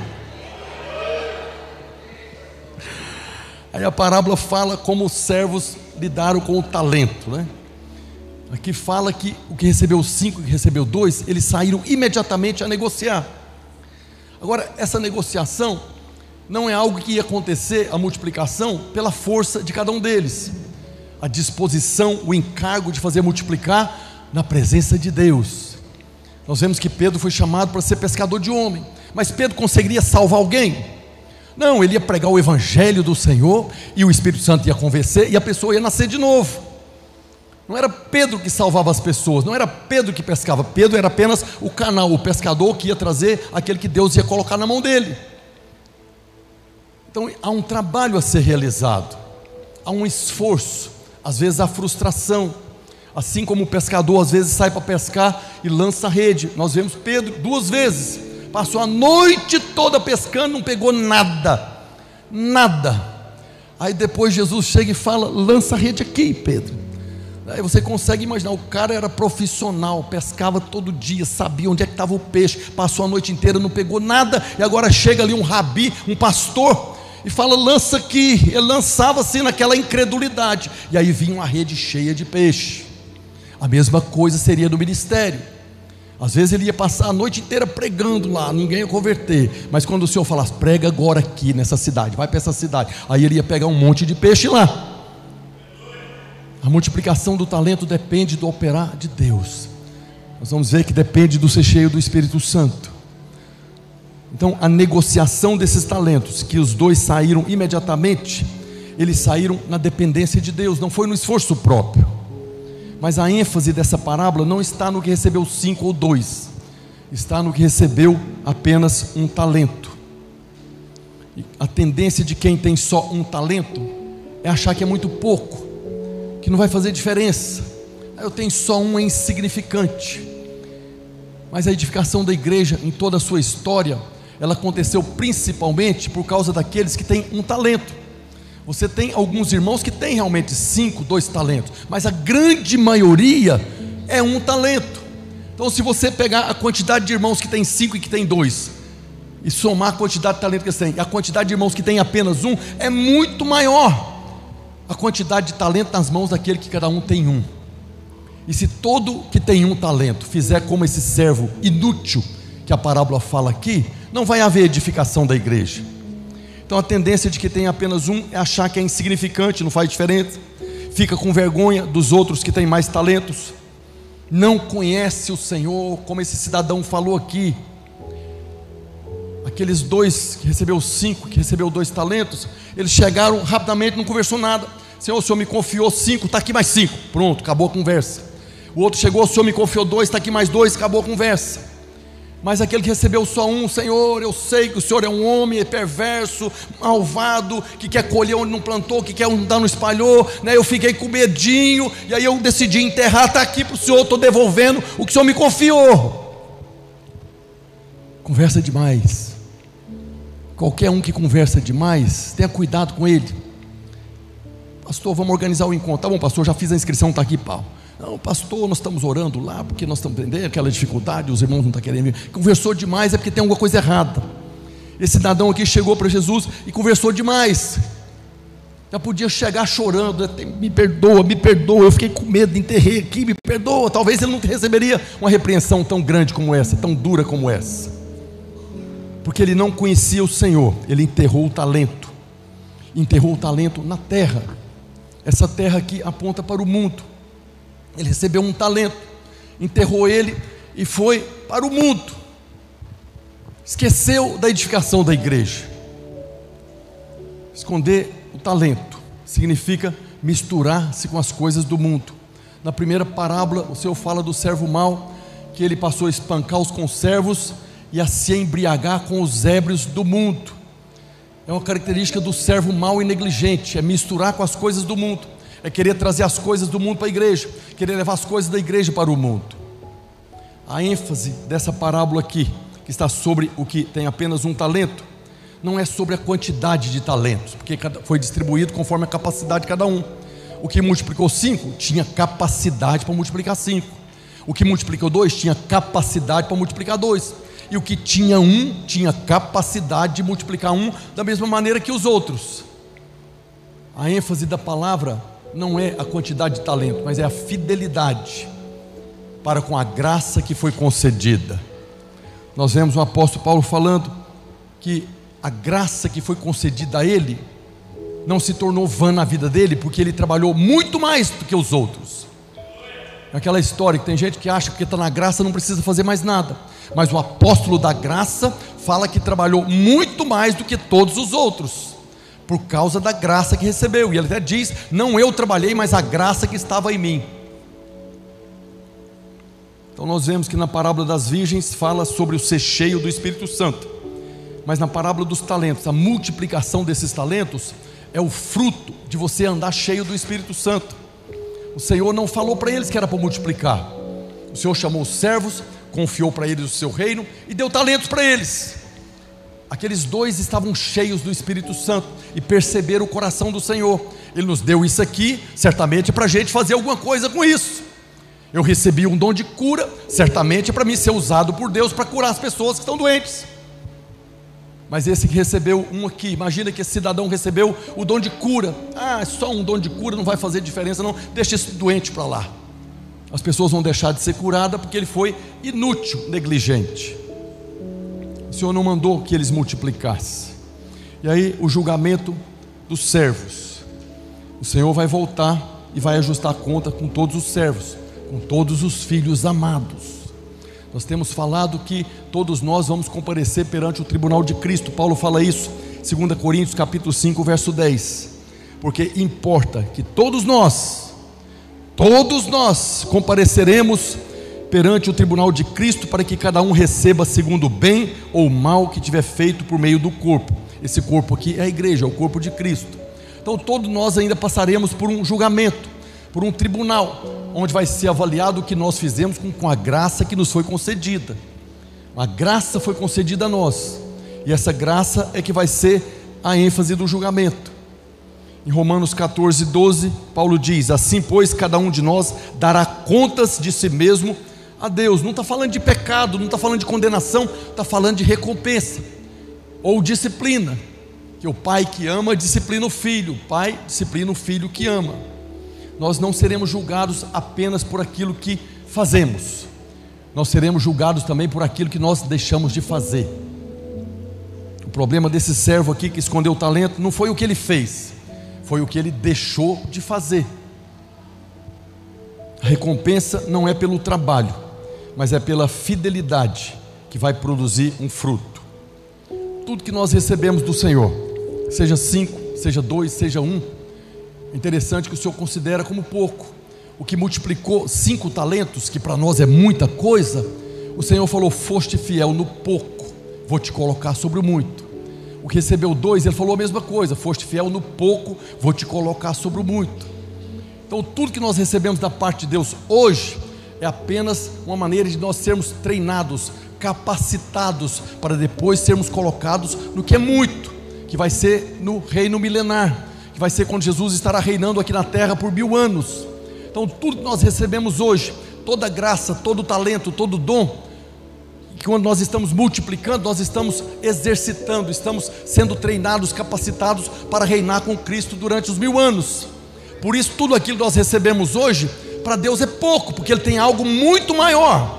Aí a parábola fala como os servos lidaram com o talento, né? Aqui fala que o que recebeu cinco, o que recebeu dois, eles saíram imediatamente a negociar. Agora, essa negociação não é algo que ia acontecer, a multiplicação, pela força de cada um deles. A disposição, o encargo de fazer multiplicar na presença de Deus. Nós vemos que Pedro foi chamado para ser pescador de homem, mas Pedro conseguiria salvar alguém? Não, ele ia pregar o evangelho do Senhor, e o Espírito Santo ia convencer, e a pessoa ia nascer de novo. Não era Pedro que salvava as pessoas, não era Pedro que pescava. Pedro era apenas o canal, o pescador que ia trazer aquele que Deus ia colocar na mão dele. Então há um trabalho a ser realizado, há um esforço, às vezes há frustração. Assim como o pescador às vezes sai para pescar e lança a rede. Nós vemos Pedro duas vezes passou a noite toda pescando, não pegou nada, nada. Aí depois Jesus chega e fala: lança a rede aqui, Pedro. Aí você consegue imaginar, o cara era profissional, pescava todo dia, sabia onde é que estava o peixe, passou a noite inteira, não pegou nada, e agora chega ali um rabi, um pastor, e fala: lança aqui. Ele lançava assim naquela incredulidade, e aí vinha uma rede cheia de peixe. A mesma coisa seria no ministério. Às vezes ele ia passar a noite inteira pregando lá, ninguém ia converter, mas quando o Senhor falasse: prega agora aqui nessa cidade, vai para essa cidade, aí ele ia pegar um monte de peixe lá. A multiplicação do talento depende do operar de Deus. Nós vamos ver que depende do ser cheio do Espírito Santo. Então, a negociação desses talentos, que os dois saíram imediatamente, eles saíram na dependência de Deus, não foi no esforço próprio. Mas a ênfase dessa parábola não está no que recebeu cinco ou dois, está no que recebeu apenas um talento. E a tendência de quem tem só um talento é achar que é muito pouco, que não vai fazer diferença. Eu tenho só um, é insignificante. Mas a edificação da igreja, em toda a sua história, ela aconteceu principalmente por causa daqueles que têm um talento. Você tem alguns irmãos que têm realmente cinco, dois talentos, mas a grande maioria é um talento. Então, se você pegar a quantidade de irmãos que tem cinco e que tem dois, e somar a quantidade de talento que eles têm, e a quantidade de irmãos que tem apenas um, é muito maior a quantidade de talento nas mãos daquele que cada um tem um. E se todo que tem um talento fizer como esse servo inútil que a parábola fala aqui, não vai haver edificação da igreja. Então a tendência de que tem apenas um é achar que é insignificante, não faz diferença, fica com vergonha dos outros que têm mais talentos, não conhece o Senhor, como esse cidadão falou aqui. Aqueles dois que recebeu cinco, que recebeu dois talentos, eles chegaram rapidamente, não conversou nada. Senhor, o Senhor me confiou cinco, está aqui mais cinco, pronto, acabou a conversa. O outro chegou: o Senhor me confiou dois, está aqui mais dois, acabou a conversa. Mas aquele que recebeu só um: Senhor, eu sei que o Senhor é um homem perverso, malvado, que quer colher onde não plantou, que quer onde não espalhou, né? Eu fiquei com medinho, e aí eu decidi enterrar, está aqui para o Senhor, estou devolvendo o que o Senhor me confiou. Conversa demais. Qualquer um que conversa demais, tenha cuidado com ele. Pastor, vamos organizar o encontro. Tá bom, pastor, já fiz a inscrição, está aqui, pau. Não, pastor, nós estamos orando lá, porque nós estamos entendendo aquela dificuldade, os irmãos não estão querendo vir. Conversou demais é porque tem alguma coisa errada. Esse cidadão aqui chegou para Jesus e conversou demais. Já podia chegar chorando: me perdoa, me perdoa, eu fiquei com medo, enterrei aqui, me perdoa. Talvez ele não receberia uma repreensão tão grande como essa, tão dura como essa, porque ele não conhecia o Senhor. Ele enterrou o talento, enterrou o talento na terra. Essa terra aqui aponta para o mundo. Ele recebeu um talento, enterrou ele e foi para o mundo. Esqueceu da edificação da igreja. Esconder o talento significa misturar-se com as coisas do mundo. Na primeira parábola, o Senhor fala do servo mau, que ele passou a espancar os conservos e a se embriagar com os ébrios do mundo. É uma característica do servo mau e negligente, é misturar com as coisas do mundo, é querer trazer as coisas do mundo para a igreja, querer levar as coisas da igreja para o mundo. A ênfase dessa parábola aqui, que está sobre o que tem apenas um talento, não é sobre a quantidade de talentos, porque foi distribuído conforme a capacidade de cada um. O que multiplicou cinco tinha capacidade para multiplicar cinco, o que multiplicou dois tinha capacidade para multiplicar dois, e o que tinha um tinha capacidade de multiplicar um da mesma maneira que os outros. A ênfase da palavra não é a quantidade de talento, mas é a fidelidade para com a graça que foi concedida. Nós vemos o apóstolo Paulo falando que a graça que foi concedida a ele não se tornou vã na vida dele, porque ele trabalhou muito mais do que os outros. Aquela história que tem gente que acha que porque está na graça não precisa fazer mais nada, mas o apóstolo da graça fala que trabalhou muito mais do que todos os outros, por causa da graça que recebeu. E ele até diz: não eu trabalhei, mas a graça que estava em mim. Então nós vemos que na parábola das virgens fala sobre o ser cheio do Espírito Santo, mas na parábola dos talentos, a multiplicação desses talentos é o fruto de você andar cheio do Espírito Santo. O Senhor não falou para eles que era para multiplicar. O Senhor chamou os servos, confiou para eles o seu reino e deu talentos para eles. Aqueles dois estavam cheios do Espírito Santo e perceberam o coração do Senhor. Ele nos deu isso aqui, certamente para a gente fazer alguma coisa com isso. Eu recebi um dom de cura, certamente é para mim ser usado por Deus para curar as pessoas que estão doentes. Mas esse que recebeu um aqui, imagina que esse cidadão recebeu o dom de cura. Ah, só um dom de cura não vai fazer diferença não, deixa esse doente para lá. As pessoas vão deixar de ser curadas porque ele foi inútil, negligente. O Senhor não mandou que eles multiplicassem. E aí o julgamento dos servos. O Senhor vai voltar e vai ajustar a conta com todos os servos, com todos os filhos amados. Nós temos falado que todos nós vamos comparecer perante o tribunal de Cristo. Paulo fala isso, dois Coríntios capítulo cinco, verso dez. Porque importa que todos nós, todos nós compareceremos perante o tribunal de Cristo, para que cada um receba segundo o bem ou o mal que tiver feito por meio do corpo. Esse corpo aqui é a igreja, é o corpo de Cristo. Então todos nós ainda passaremos por um julgamento, por um tribunal, onde vai ser avaliado o que nós fizemos com, com a graça que nos foi concedida. A graça foi concedida a nós, e essa graça é que vai ser a ênfase do julgamento. Em Romanos catorze, doze, Paulo diz: assim pois cada um de nós dará contas de si mesmo a Deus. Não está falando de pecado, não está falando de condenação, está falando de recompensa ou disciplina, que o pai que ama disciplina o filho, o pai disciplina o filho que ama. Nós não seremos julgados apenas por aquilo que fazemos, nós seremos julgados também por aquilo que nós deixamos de fazer. O problema desse servo aqui que escondeu o talento não foi o que ele fez, foi o que ele deixou de fazer. A recompensa não é pelo trabalho, mas é pela fidelidade que vai produzir um fruto. Tudo que nós recebemos do Senhor, seja cinco, seja dois, seja um, é interessante que o Senhor considera como pouco. O que multiplicou cinco talentos, que para nós é muita coisa, o Senhor falou: foste fiel no pouco, vou te colocar sobre o muito. O que recebeu dois, ele falou a mesma coisa: foste fiel no pouco, vou te colocar sobre o muito. Então tudo que nós recebemos da parte de Deus hoje é apenas uma maneira de nós sermos treinados, capacitados, para depois sermos colocados no que é muito, que vai ser no reino milenar, que vai ser quando Jesus estará reinando aqui na terra por mil anos. Então tudo que nós recebemos hoje, toda graça, todo talento, todo dom, que quando nós estamos multiplicando, nós estamos exercitando, estamos sendo treinados, capacitados para reinar com Cristo durante os mil anos. Por isso tudo aquilo que nós recebemos hoje, para Deus é pouco, porque Ele tem algo muito maior.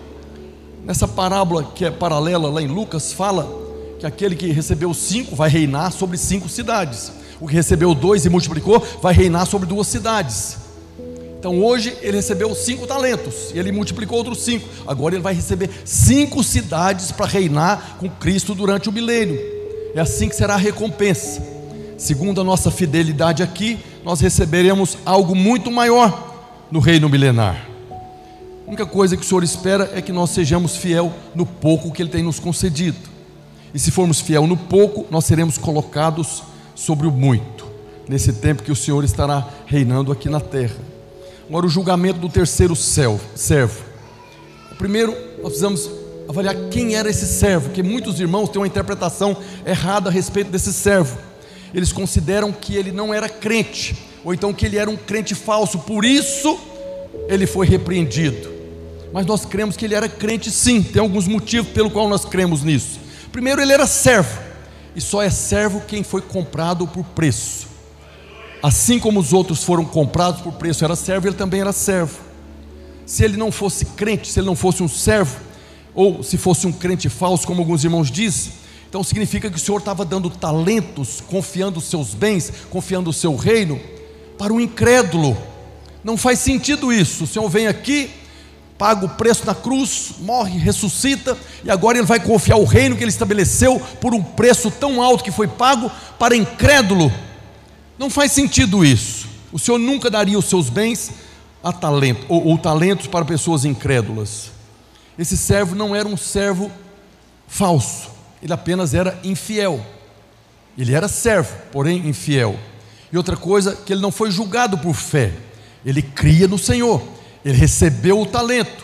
Nessa parábola que é paralela lá em Lucas, fala que aquele que recebeu cinco vai reinar sobre cinco cidades, o que recebeu dois e multiplicou vai reinar sobre duas cidades. Então hoje ele recebeu cinco talentos e ele multiplicou outros cinco, agora ele vai receber cinco cidades para reinar com Cristo durante o milênio. É assim que será a recompensa. Segundo a nossa fidelidade aqui, nós receberemos algo muito maior no reino milenar. A única coisa que o Senhor espera é que nós sejamos fiel no pouco que Ele tem nos concedido, e se formos fiel no pouco, nós seremos colocados sobre o muito, nesse tempo que o Senhor estará reinando aqui na terra. Agora o julgamento do terceiro servo. O primeiro, nós precisamos avaliar quem era esse servo, porque muitos irmãos têm uma interpretação errada a respeito desse servo. Eles consideram que ele não era crente, ou então que ele era um crente falso, por isso ele foi repreendido. Mas nós cremos que ele era crente sim, tem alguns motivos pelo qual nós cremos nisso. Primeiro, ele era servo, e só é servo quem foi comprado por preço. Assim como os outros foram comprados por preço, era servo, ele também era servo. Se ele não fosse crente, se ele não fosse um servo, ou se fosse um crente falso, como alguns irmãos dizem, então significa que o Senhor estava dando talentos, confiando os seus bens, confiando o seu reino para o incrédulo. Não faz sentido isso. O Senhor vem aqui, paga o preço na cruz, morre, ressuscita, e agora Ele vai confiar o reino que Ele estabeleceu por um preço tão alto que foi pago para incrédulo. Não faz sentido isso. O Senhor nunca daria os seus bens a talento, ou, ou talentos para pessoas incrédulas. Esse servo não era um servo falso, ele apenas era infiel. Ele era servo, porém infiel. E outra coisa, que ele não foi julgado por fé, ele cria no Senhor, ele recebeu o talento,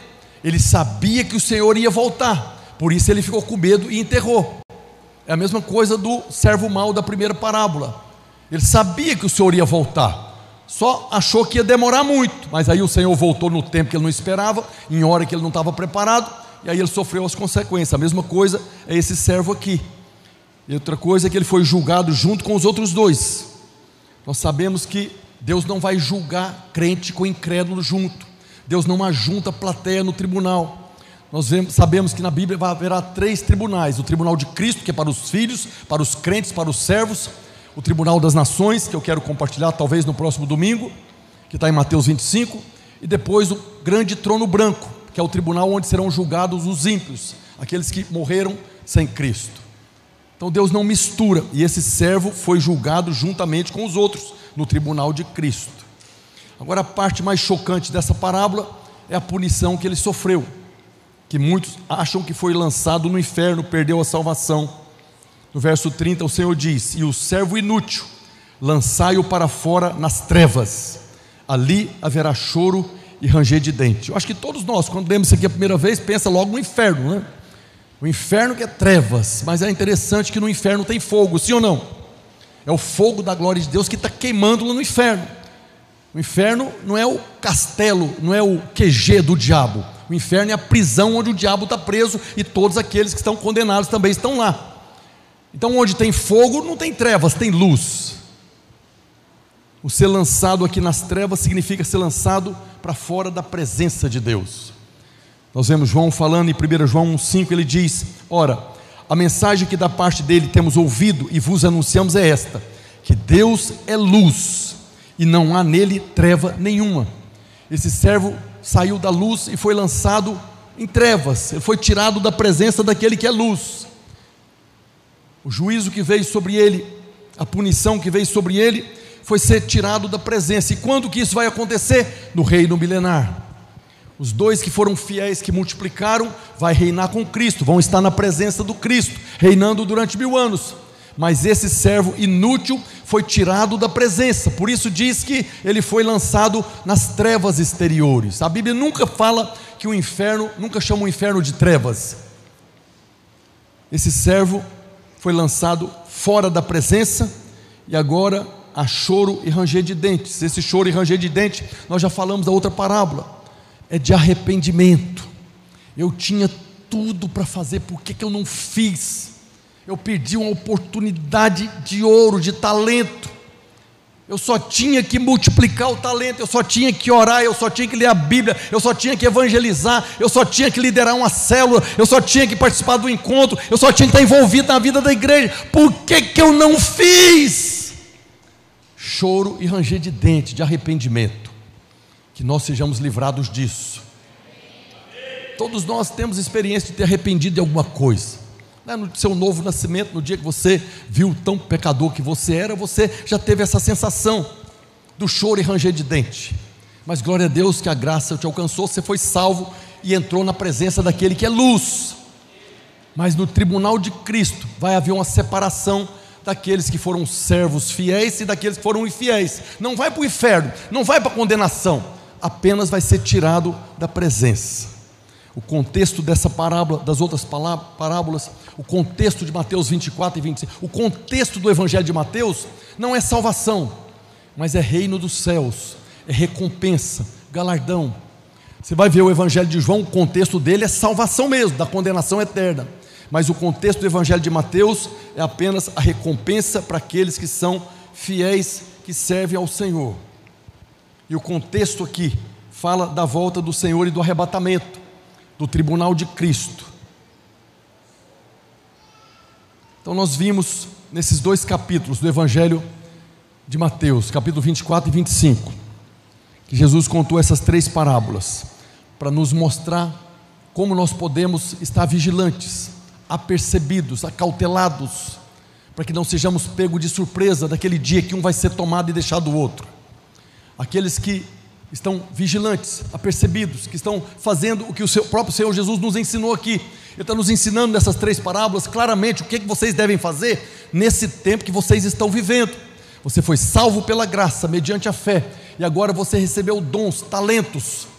Ele sabia que o Senhor ia voltar, por isso ele ficou com medo e enterrou. É a mesma coisa do servo mau da primeira parábola. Ele sabia que o Senhor ia voltar, só achou que ia demorar muito, mas aí o Senhor voltou no tempo que ele não esperava, em hora que ele não estava preparado, e aí ele sofreu as consequências. A mesma coisa é esse servo aqui. E outra coisa é que ele foi julgado junto com os outros dois. Nós sabemos que Deus não vai julgar crente com incrédulo junto. Deus não ajunta a plateia no tribunal. Nós vemos, sabemos que na Bíblia vai haverá três tribunais: o tribunal de Cristo, que é para os filhos, para os crentes, para os servos; o tribunal das nações, que eu quero compartilhar talvez no próximo domingo, que está em Mateus vinte e cinco; e depois o grande trono branco, que é o tribunal onde serão julgados os ímpios, aqueles que morreram sem Cristo. Então Deus não mistura, e esse servo foi julgado juntamente com os outros no tribunal de Cristo. Agora, a parte mais chocante dessa parábola é a punição que ele sofreu, que muitos acham que foi lançado no inferno, perdeu a salvação. No verso trinta o Senhor diz: e o servo inútil, lançai-o para fora nas trevas, ali haverá choro e ranger de dente. Eu acho que todos nós, quando lemos isso aqui a primeira vez, pensa logo no inferno, né? O inferno que é trevas, mas é interessante que no inferno tem fogo, sim ou não? É o fogo da glória de Deus que está queimando lá no inferno. O inferno não é o castelo, não é o Q G do diabo. O inferno é a prisão onde o diabo está preso, e todos aqueles que estão condenados também estão lá. Então, onde tem fogo não tem trevas, tem luz. O ser lançado aqui nas trevas significa ser lançado para fora da presença de Deus. Nós vemos João falando em primeiro João um, cinco, ele diz: ora, a mensagem que da parte dele temos ouvido e vos anunciamos é esta, que Deus é luz e não há nele treva nenhuma. Esse servo saiu da luz e foi lançado em trevas, ele foi tirado da presença daquele que é luz. O juízo que veio sobre ele, a punição que veio sobre ele, foi ser tirado da presença. E quando que isso vai acontecer? No reino milenar. Os dois que foram fiéis, que multiplicaram, vai reinar com Cristo, vão estar na presença do Cristo, reinando durante mil anos. Mas esse servo inútil foi tirado da presença, por isso diz que ele foi lançado nas trevas exteriores. A Bíblia nunca fala que o inferno, nunca chama o inferno de trevas. Esse servo foi lançado fora da presença, e agora há choro e ranger de dentes. Esse choro e ranger de dentes, nós já falamos da outra parábola, é de arrependimento. Eu tinha tudo para fazer, por que que eu não fiz? Eu perdi uma oportunidade de ouro, de talento. Eu só tinha que multiplicar o talento, eu só tinha que orar, eu só tinha que ler a Bíblia, eu só tinha que evangelizar, eu só tinha que liderar uma célula, eu só tinha que participar do encontro, eu só tinha que estar envolvido na vida da igreja. Por que que eu não fiz? Choro e ranger de dente, de arrependimento. Que nós sejamos livrados disso. Todos nós temos experiência de ter arrependido de alguma coisa, né? No seu novo nascimento, no dia que você viu o tão pecador que você era, você já teve essa sensação do choro e ranger de dente. Mas glória a Deus que a graça te alcançou, você foi salvo e entrou na presença daquele que é luz. Mas no tribunal de Cristo vai haver uma separação daqueles que foram servos fiéis e daqueles que foram infiéis. Não vai para o inferno, não vai para a condenação, apenas vai ser tirado da presença. O contexto dessa parábola, das outras parábolas, o contexto de Mateus vinte e quatro e vinte e cinco, o contexto do Evangelho de Mateus não é salvação, mas é reino dos céus, é recompensa, galardão. Você vai ver o Evangelho de João, o contexto dele é salvação mesmo, da condenação eterna. Mas o contexto do Evangelho de Mateus é apenas a recompensa para aqueles que são fiéis, que servem ao Senhor. E o contexto aqui fala da volta do Senhor e do arrebatamento, do tribunal de Cristo. Então nós vimos nesses dois capítulos do Evangelho de Mateus, capítulo vinte e quatro e vinte e cinco, que Jesus contou essas três parábolas, para nos mostrar como nós podemos estar vigilantes, apercebidos, acautelados, para que não sejamos pegos de surpresa daquele dia que um vai ser tomado e deixado o outro. Aqueles que estão vigilantes, apercebidos, que estão fazendo o que o seu próprio Senhor Jesus nos ensinou aqui. Ele está nos ensinando nessas três parábolas claramente o que, que vocês devem fazer nesse tempo que vocês estão vivendo. Você foi salvo pela graça, mediante a fé, e agora você recebeu dons, talentos,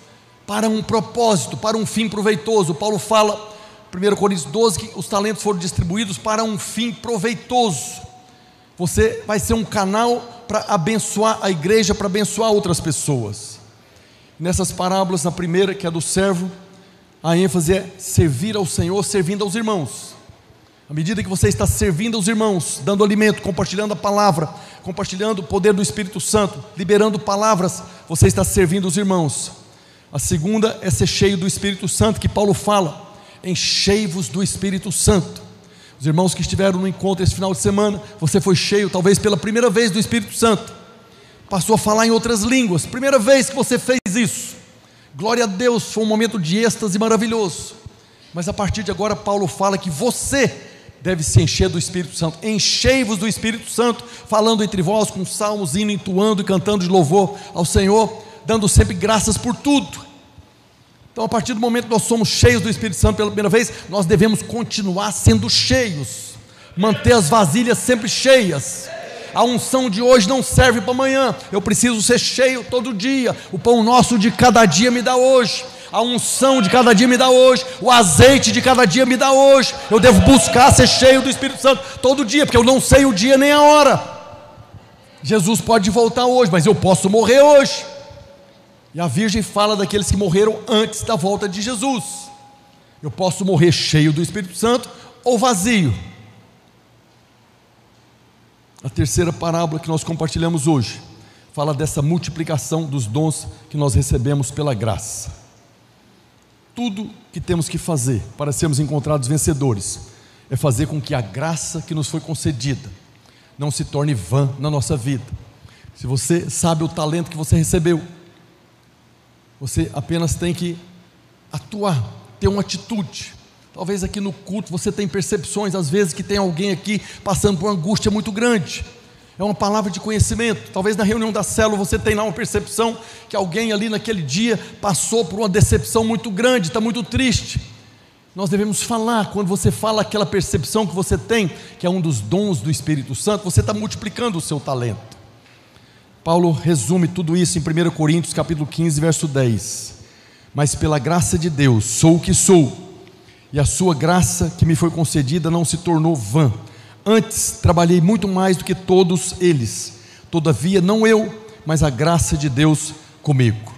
para um propósito, para um fim proveitoso. Paulo fala, primeira Coríntios doze, que os talentos foram distribuídos para um fim proveitoso. Você vai ser um canal para abençoar a igreja, para abençoar outras pessoas. Nessas parábolas, na primeira, que é do servo, a ênfase é servir ao Senhor, servindo aos irmãos. À medida que você está servindo aos irmãos, dando alimento, compartilhando a palavra, compartilhando o poder do Espírito Santo, liberando palavras, você está servindo os irmãos. A segunda é ser cheio do Espírito Santo, que Paulo fala, enchei-vos do Espírito Santo. Os irmãos que estiveram no encontro esse final de semana, você foi cheio, talvez pela primeira vez, do Espírito Santo, passou a falar em outras línguas, primeira vez que você fez isso, glória a Deus, foi um momento de êxtase maravilhoso. Mas a partir de agora Paulo fala que você deve se encher do Espírito Santo. Enchei-vos do Espírito Santo, falando entre vós com salmos, hino, entoando e cantando de louvor ao Senhor, dando sempre graças por tudo. Então, a partir do momento que nós somos cheios do Espírito Santo pela primeira vez, nós devemos continuar sendo cheios, manter as vasilhas sempre cheias. A unção de hoje não serve para amanhã, eu preciso ser cheio todo dia. O pão nosso de cada dia me dá hoje, a unção de cada dia me dá hoje, o azeite de cada dia me dá hoje. Eu devo buscar ser cheio do Espírito Santo todo dia, porque eu não sei o dia nem a hora. Jesus pode voltar hoje, mas eu posso morrer hoje. E a Virgem fala daqueles que morreram antes da volta de Jesus. Eu posso morrer cheio do Espírito Santo ou vazio. A terceira parábola que nós compartilhamos hoje fala dessa multiplicação dos dons que nós recebemos pela graça. Tudo que temos que fazer para sermos encontrados vencedores é fazer com que a graça que nos foi concedida não se torne vã na nossa vida. Se você sabe o talento que você recebeu, você apenas tem que atuar, ter uma atitude. Talvez aqui no culto você tenha percepções, às vezes, que tem alguém aqui passando por uma angústia muito grande. É uma palavra de conhecimento. Talvez na reunião da célula você tenha lá uma percepção que alguém ali naquele dia passou por uma decepção muito grande, está muito triste. Nós devemos falar. Quando você fala aquela percepção que você tem, que é um dos dons do Espírito Santo, você está multiplicando o seu talento. Paulo resume tudo isso em primeira Coríntios capítulo quinze, verso dez. Mas pela graça de Deus sou o que sou, e a sua graça que me foi concedida não se tornou vã. Antes trabalhei muito mais do que todos eles, todavia não eu, mas a graça de Deus comigo.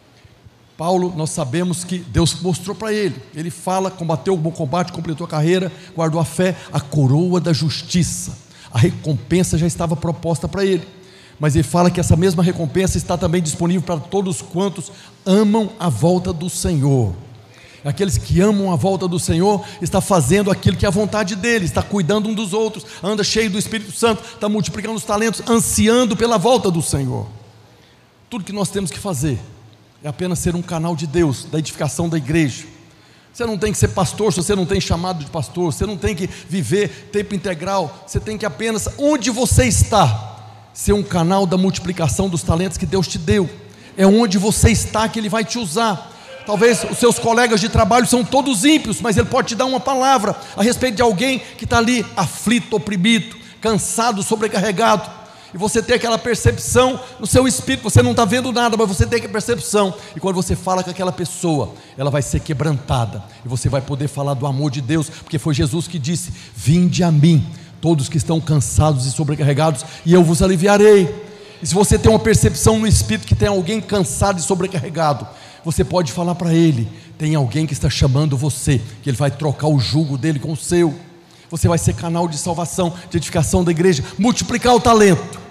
Paulo, nós sabemos que Deus mostrou para ele, ele fala, combateu o bom combate, completou a carreira, guardou a fé, a coroa da justiça, a recompensa já estava proposta para ele. Mas ele fala que essa mesma recompensa está também disponível para todos quantos amam a volta do Senhor. Aqueles que amam a volta do Senhor, está fazendo aquilo que é a vontade dele, está cuidando um dos outros, anda cheio do Espírito Santo, está multiplicando os talentos, ansiando pela volta do Senhor. Tudo que nós temos que fazer é apenas ser um canal de Deus, da edificação da igreja. Você não tem que ser pastor se você não tem chamado de pastor, você não tem que viver tempo integral, você tem que apenas, onde você está, ser um canal da multiplicação dos talentos que Deus te deu. É onde você está que Ele vai te usar. Talvez os seus colegas de trabalho são todos ímpios, mas Ele pode te dar uma palavra a respeito de alguém que está ali aflito, oprimido, cansado, sobrecarregado, e você tem aquela percepção no seu espírito, você não está vendo nada, mas você tem aquela percepção, e quando você fala com aquela pessoa, ela vai ser quebrantada, e você vai poder falar do amor de Deus, porque foi Jesus que disse: vinde a mim, todos que estão cansados e sobrecarregados, e eu vos aliviarei. E se você tem uma percepção no espírito que tem alguém cansado e sobrecarregado, você pode falar para ele: tem alguém que está chamando você, que ele vai trocar o jugo dele com o seu. Você vai ser canal de salvação, de edificação da igreja, multiplicar o talento.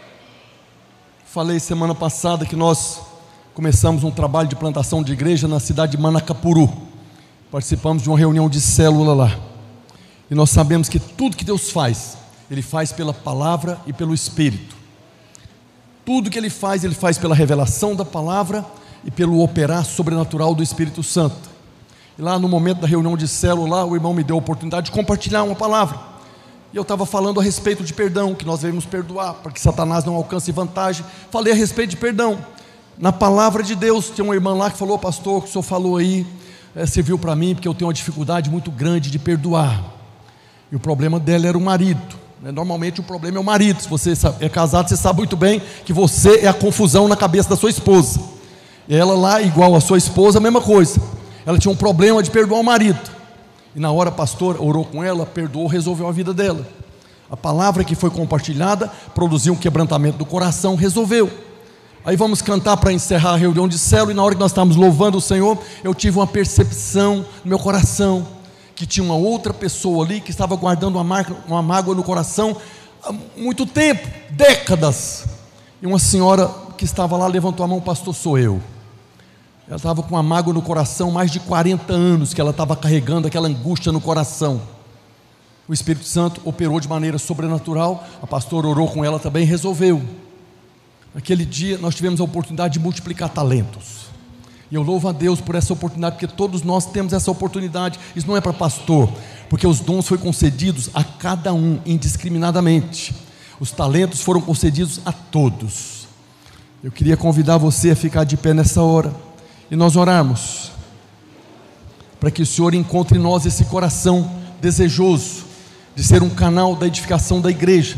Falei semana passada que nós começamos um trabalho de plantação de igreja na cidade de Manacapuru. Participamos de uma reunião de célula lá. E nós sabemos que tudo que Deus faz, Ele faz pela palavra e pelo Espírito. Tudo que Ele faz, Ele faz pela revelação da palavra e pelo operar sobrenatural do Espírito Santo. E lá no momento da reunião de célula, o irmão me deu a oportunidade de compartilhar uma palavra. E eu estava falando a respeito de perdão, que nós devemos perdoar, para que Satanás não alcance vantagem. Falei a respeito de perdão. Na palavra de Deus, tinha uma irmã lá que falou: pastor, o que o senhor falou aí é, serviu para mim, porque eu tenho uma dificuldade muito grande de perdoar. E o problema dela era o marido. Normalmente o problema é o marido. Se você é casado, você sabe muito bem que você é a confusão na cabeça da sua esposa. E ela lá, igual a sua esposa, a mesma coisa. Ela tinha um problema de perdoar o marido. E na hora a pastora orou com ela, perdoou, resolveu a vida dela. A palavra que foi compartilhada produziu um quebrantamento do coração, resolveu. Aí vamos cantar para encerrar a reunião de célula. E na hora que nós estávamos louvando o Senhor, eu tive uma percepção no meu coração, que tinha uma outra pessoa ali, que estava guardando uma, marca, uma mágoa no coração, há muito tempo, décadas. E uma senhora que estava lá levantou a mão: pastor, sou eu. Ela estava com uma mágoa no coração, mais de quarenta anos que ela estava carregando aquela angústia no coração. O Espírito Santo operou de maneira sobrenatural, a pastora orou com ela também, resolveu. Naquele dia nós tivemos a oportunidade de multiplicar talentos, e eu louvo a Deus por essa oportunidade, porque todos nós temos essa oportunidade. Isso não é para pastor, porque os dons foram concedidos a cada um indiscriminadamente, os talentos foram concedidos a todos. Eu queria convidar você a ficar de pé nessa hora, e nós orarmos, para que o Senhor encontre em nós esse coração desejoso de ser um canal da edificação da igreja.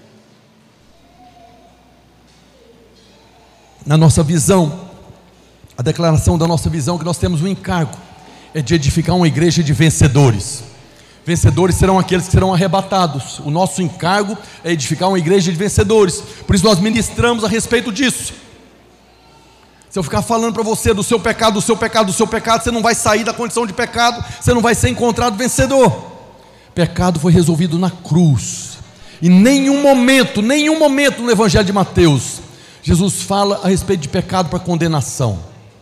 Na nossa visão, a declaração da nossa visão, que nós temos um encargo, é de edificar uma igreja de vencedores. Vencedores serão aqueles que serão arrebatados. O nosso encargo é edificar uma igreja de vencedores. Por isso nós ministramos a respeito disso. Se eu ficar falando para você do seu pecado, do seu pecado, do seu pecado, você não vai sair da condição de pecado, você não vai ser encontrado vencedor. Pecado foi resolvido na cruz. Em nenhum momento, nenhum momento no Evangelho de Mateus, Jesus fala a respeito de pecado para condenação.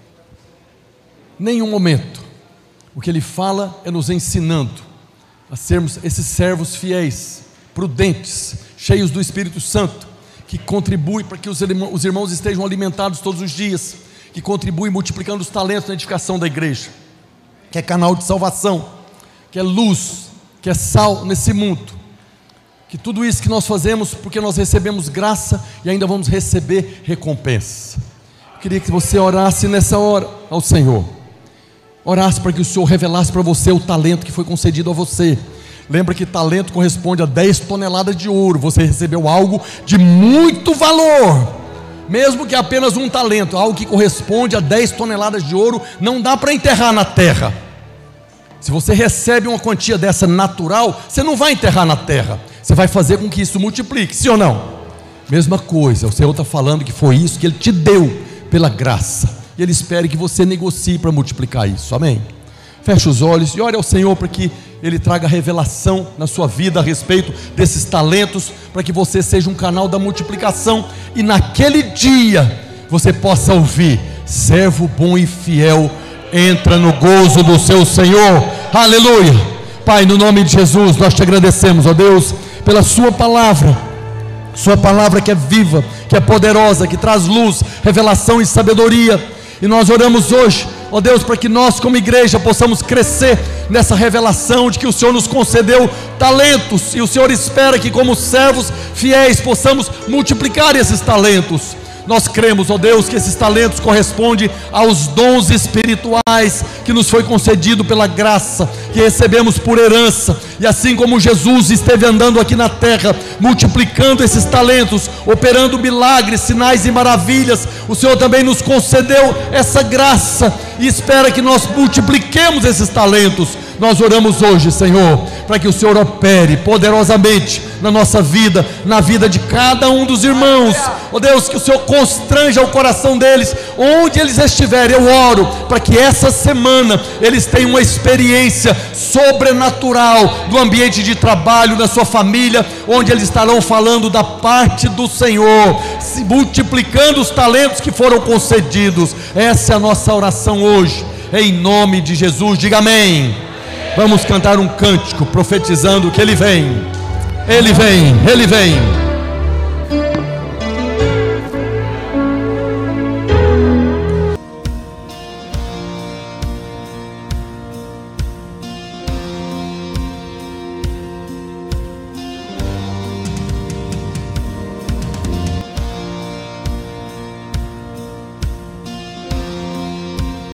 Nenhum momento. O que ele fala é nos ensinando a sermos esses servos fiéis, prudentes, cheios do Espírito Santo, que contribui para que os irmãos, os irmãos estejam alimentados todos os dias, que contribui multiplicando os talentos na edificação da igreja, que é canal de salvação, que é luz, que é sal nesse mundo, que tudo isso que nós fazemos porque nós recebemos graça e ainda vamos receber recompensa. Eu queria que você orasse nessa hora ao Senhor, orasse para que o Senhor revelasse para você o talento que foi concedido a você. Lembra que talento corresponde a dez toneladas de ouro. Você recebeu algo de muito valor, mesmo que apenas um talento, algo que corresponde a dez toneladas de ouro, não dá para enterrar na terra. Se você recebe uma quantia dessa natural, você não vai enterrar na terra, você vai fazer com que isso multiplique, sim ou não? Mesma coisa, o Senhor está falando que foi isso que Ele te deu pela graça, e Ele espera que você negocie para multiplicar isso, amém? Feche os olhos e ore ao Senhor para que Ele traga revelação na sua vida a respeito desses talentos, para que você seja um canal da multiplicação, e naquele dia você possa ouvir: servo bom e fiel, entra no gozo do seu Senhor. Aleluia. Pai, no nome de Jesus, nós te agradecemos, ó Deus, pela sua palavra, sua palavra que é viva, que é poderosa, que traz luz, revelação e sabedoria. E nós oramos hoje, ó Deus, para que nós como igreja possamos crescer nessa revelação de que o Senhor nos concedeu talentos, e o Senhor espera que como servos fiéis possamos multiplicar esses talentos. Nós cremos, ó Deus, que esses talentos correspondem aos dons espirituais que nos foi concedido pela graça, que recebemos por herança. E assim como Jesus esteve andando aqui na terra, multiplicando esses talentos, operando milagres, sinais e maravilhas, o Senhor também nos concedeu essa graça e espera que nós multipliquemos esses talentos. Nós oramos hoje, Senhor, para que o Senhor opere poderosamente na nossa vida, na vida de cada um dos irmãos. Ó Deus, que o Senhor constranja o coração deles, onde eles estiverem. Eu oro para que essa semana eles tenham uma experiência sobrenatural do ambiente de trabalho, da sua família, onde eles estarão falando da parte do Senhor, se multiplicando os talentos que foram concedidos. Essa é a nossa oração hoje, em nome de Jesus. Diga amém. Vamos cantar um cântico profetizando que Ele vem, Ele vem, Ele vem.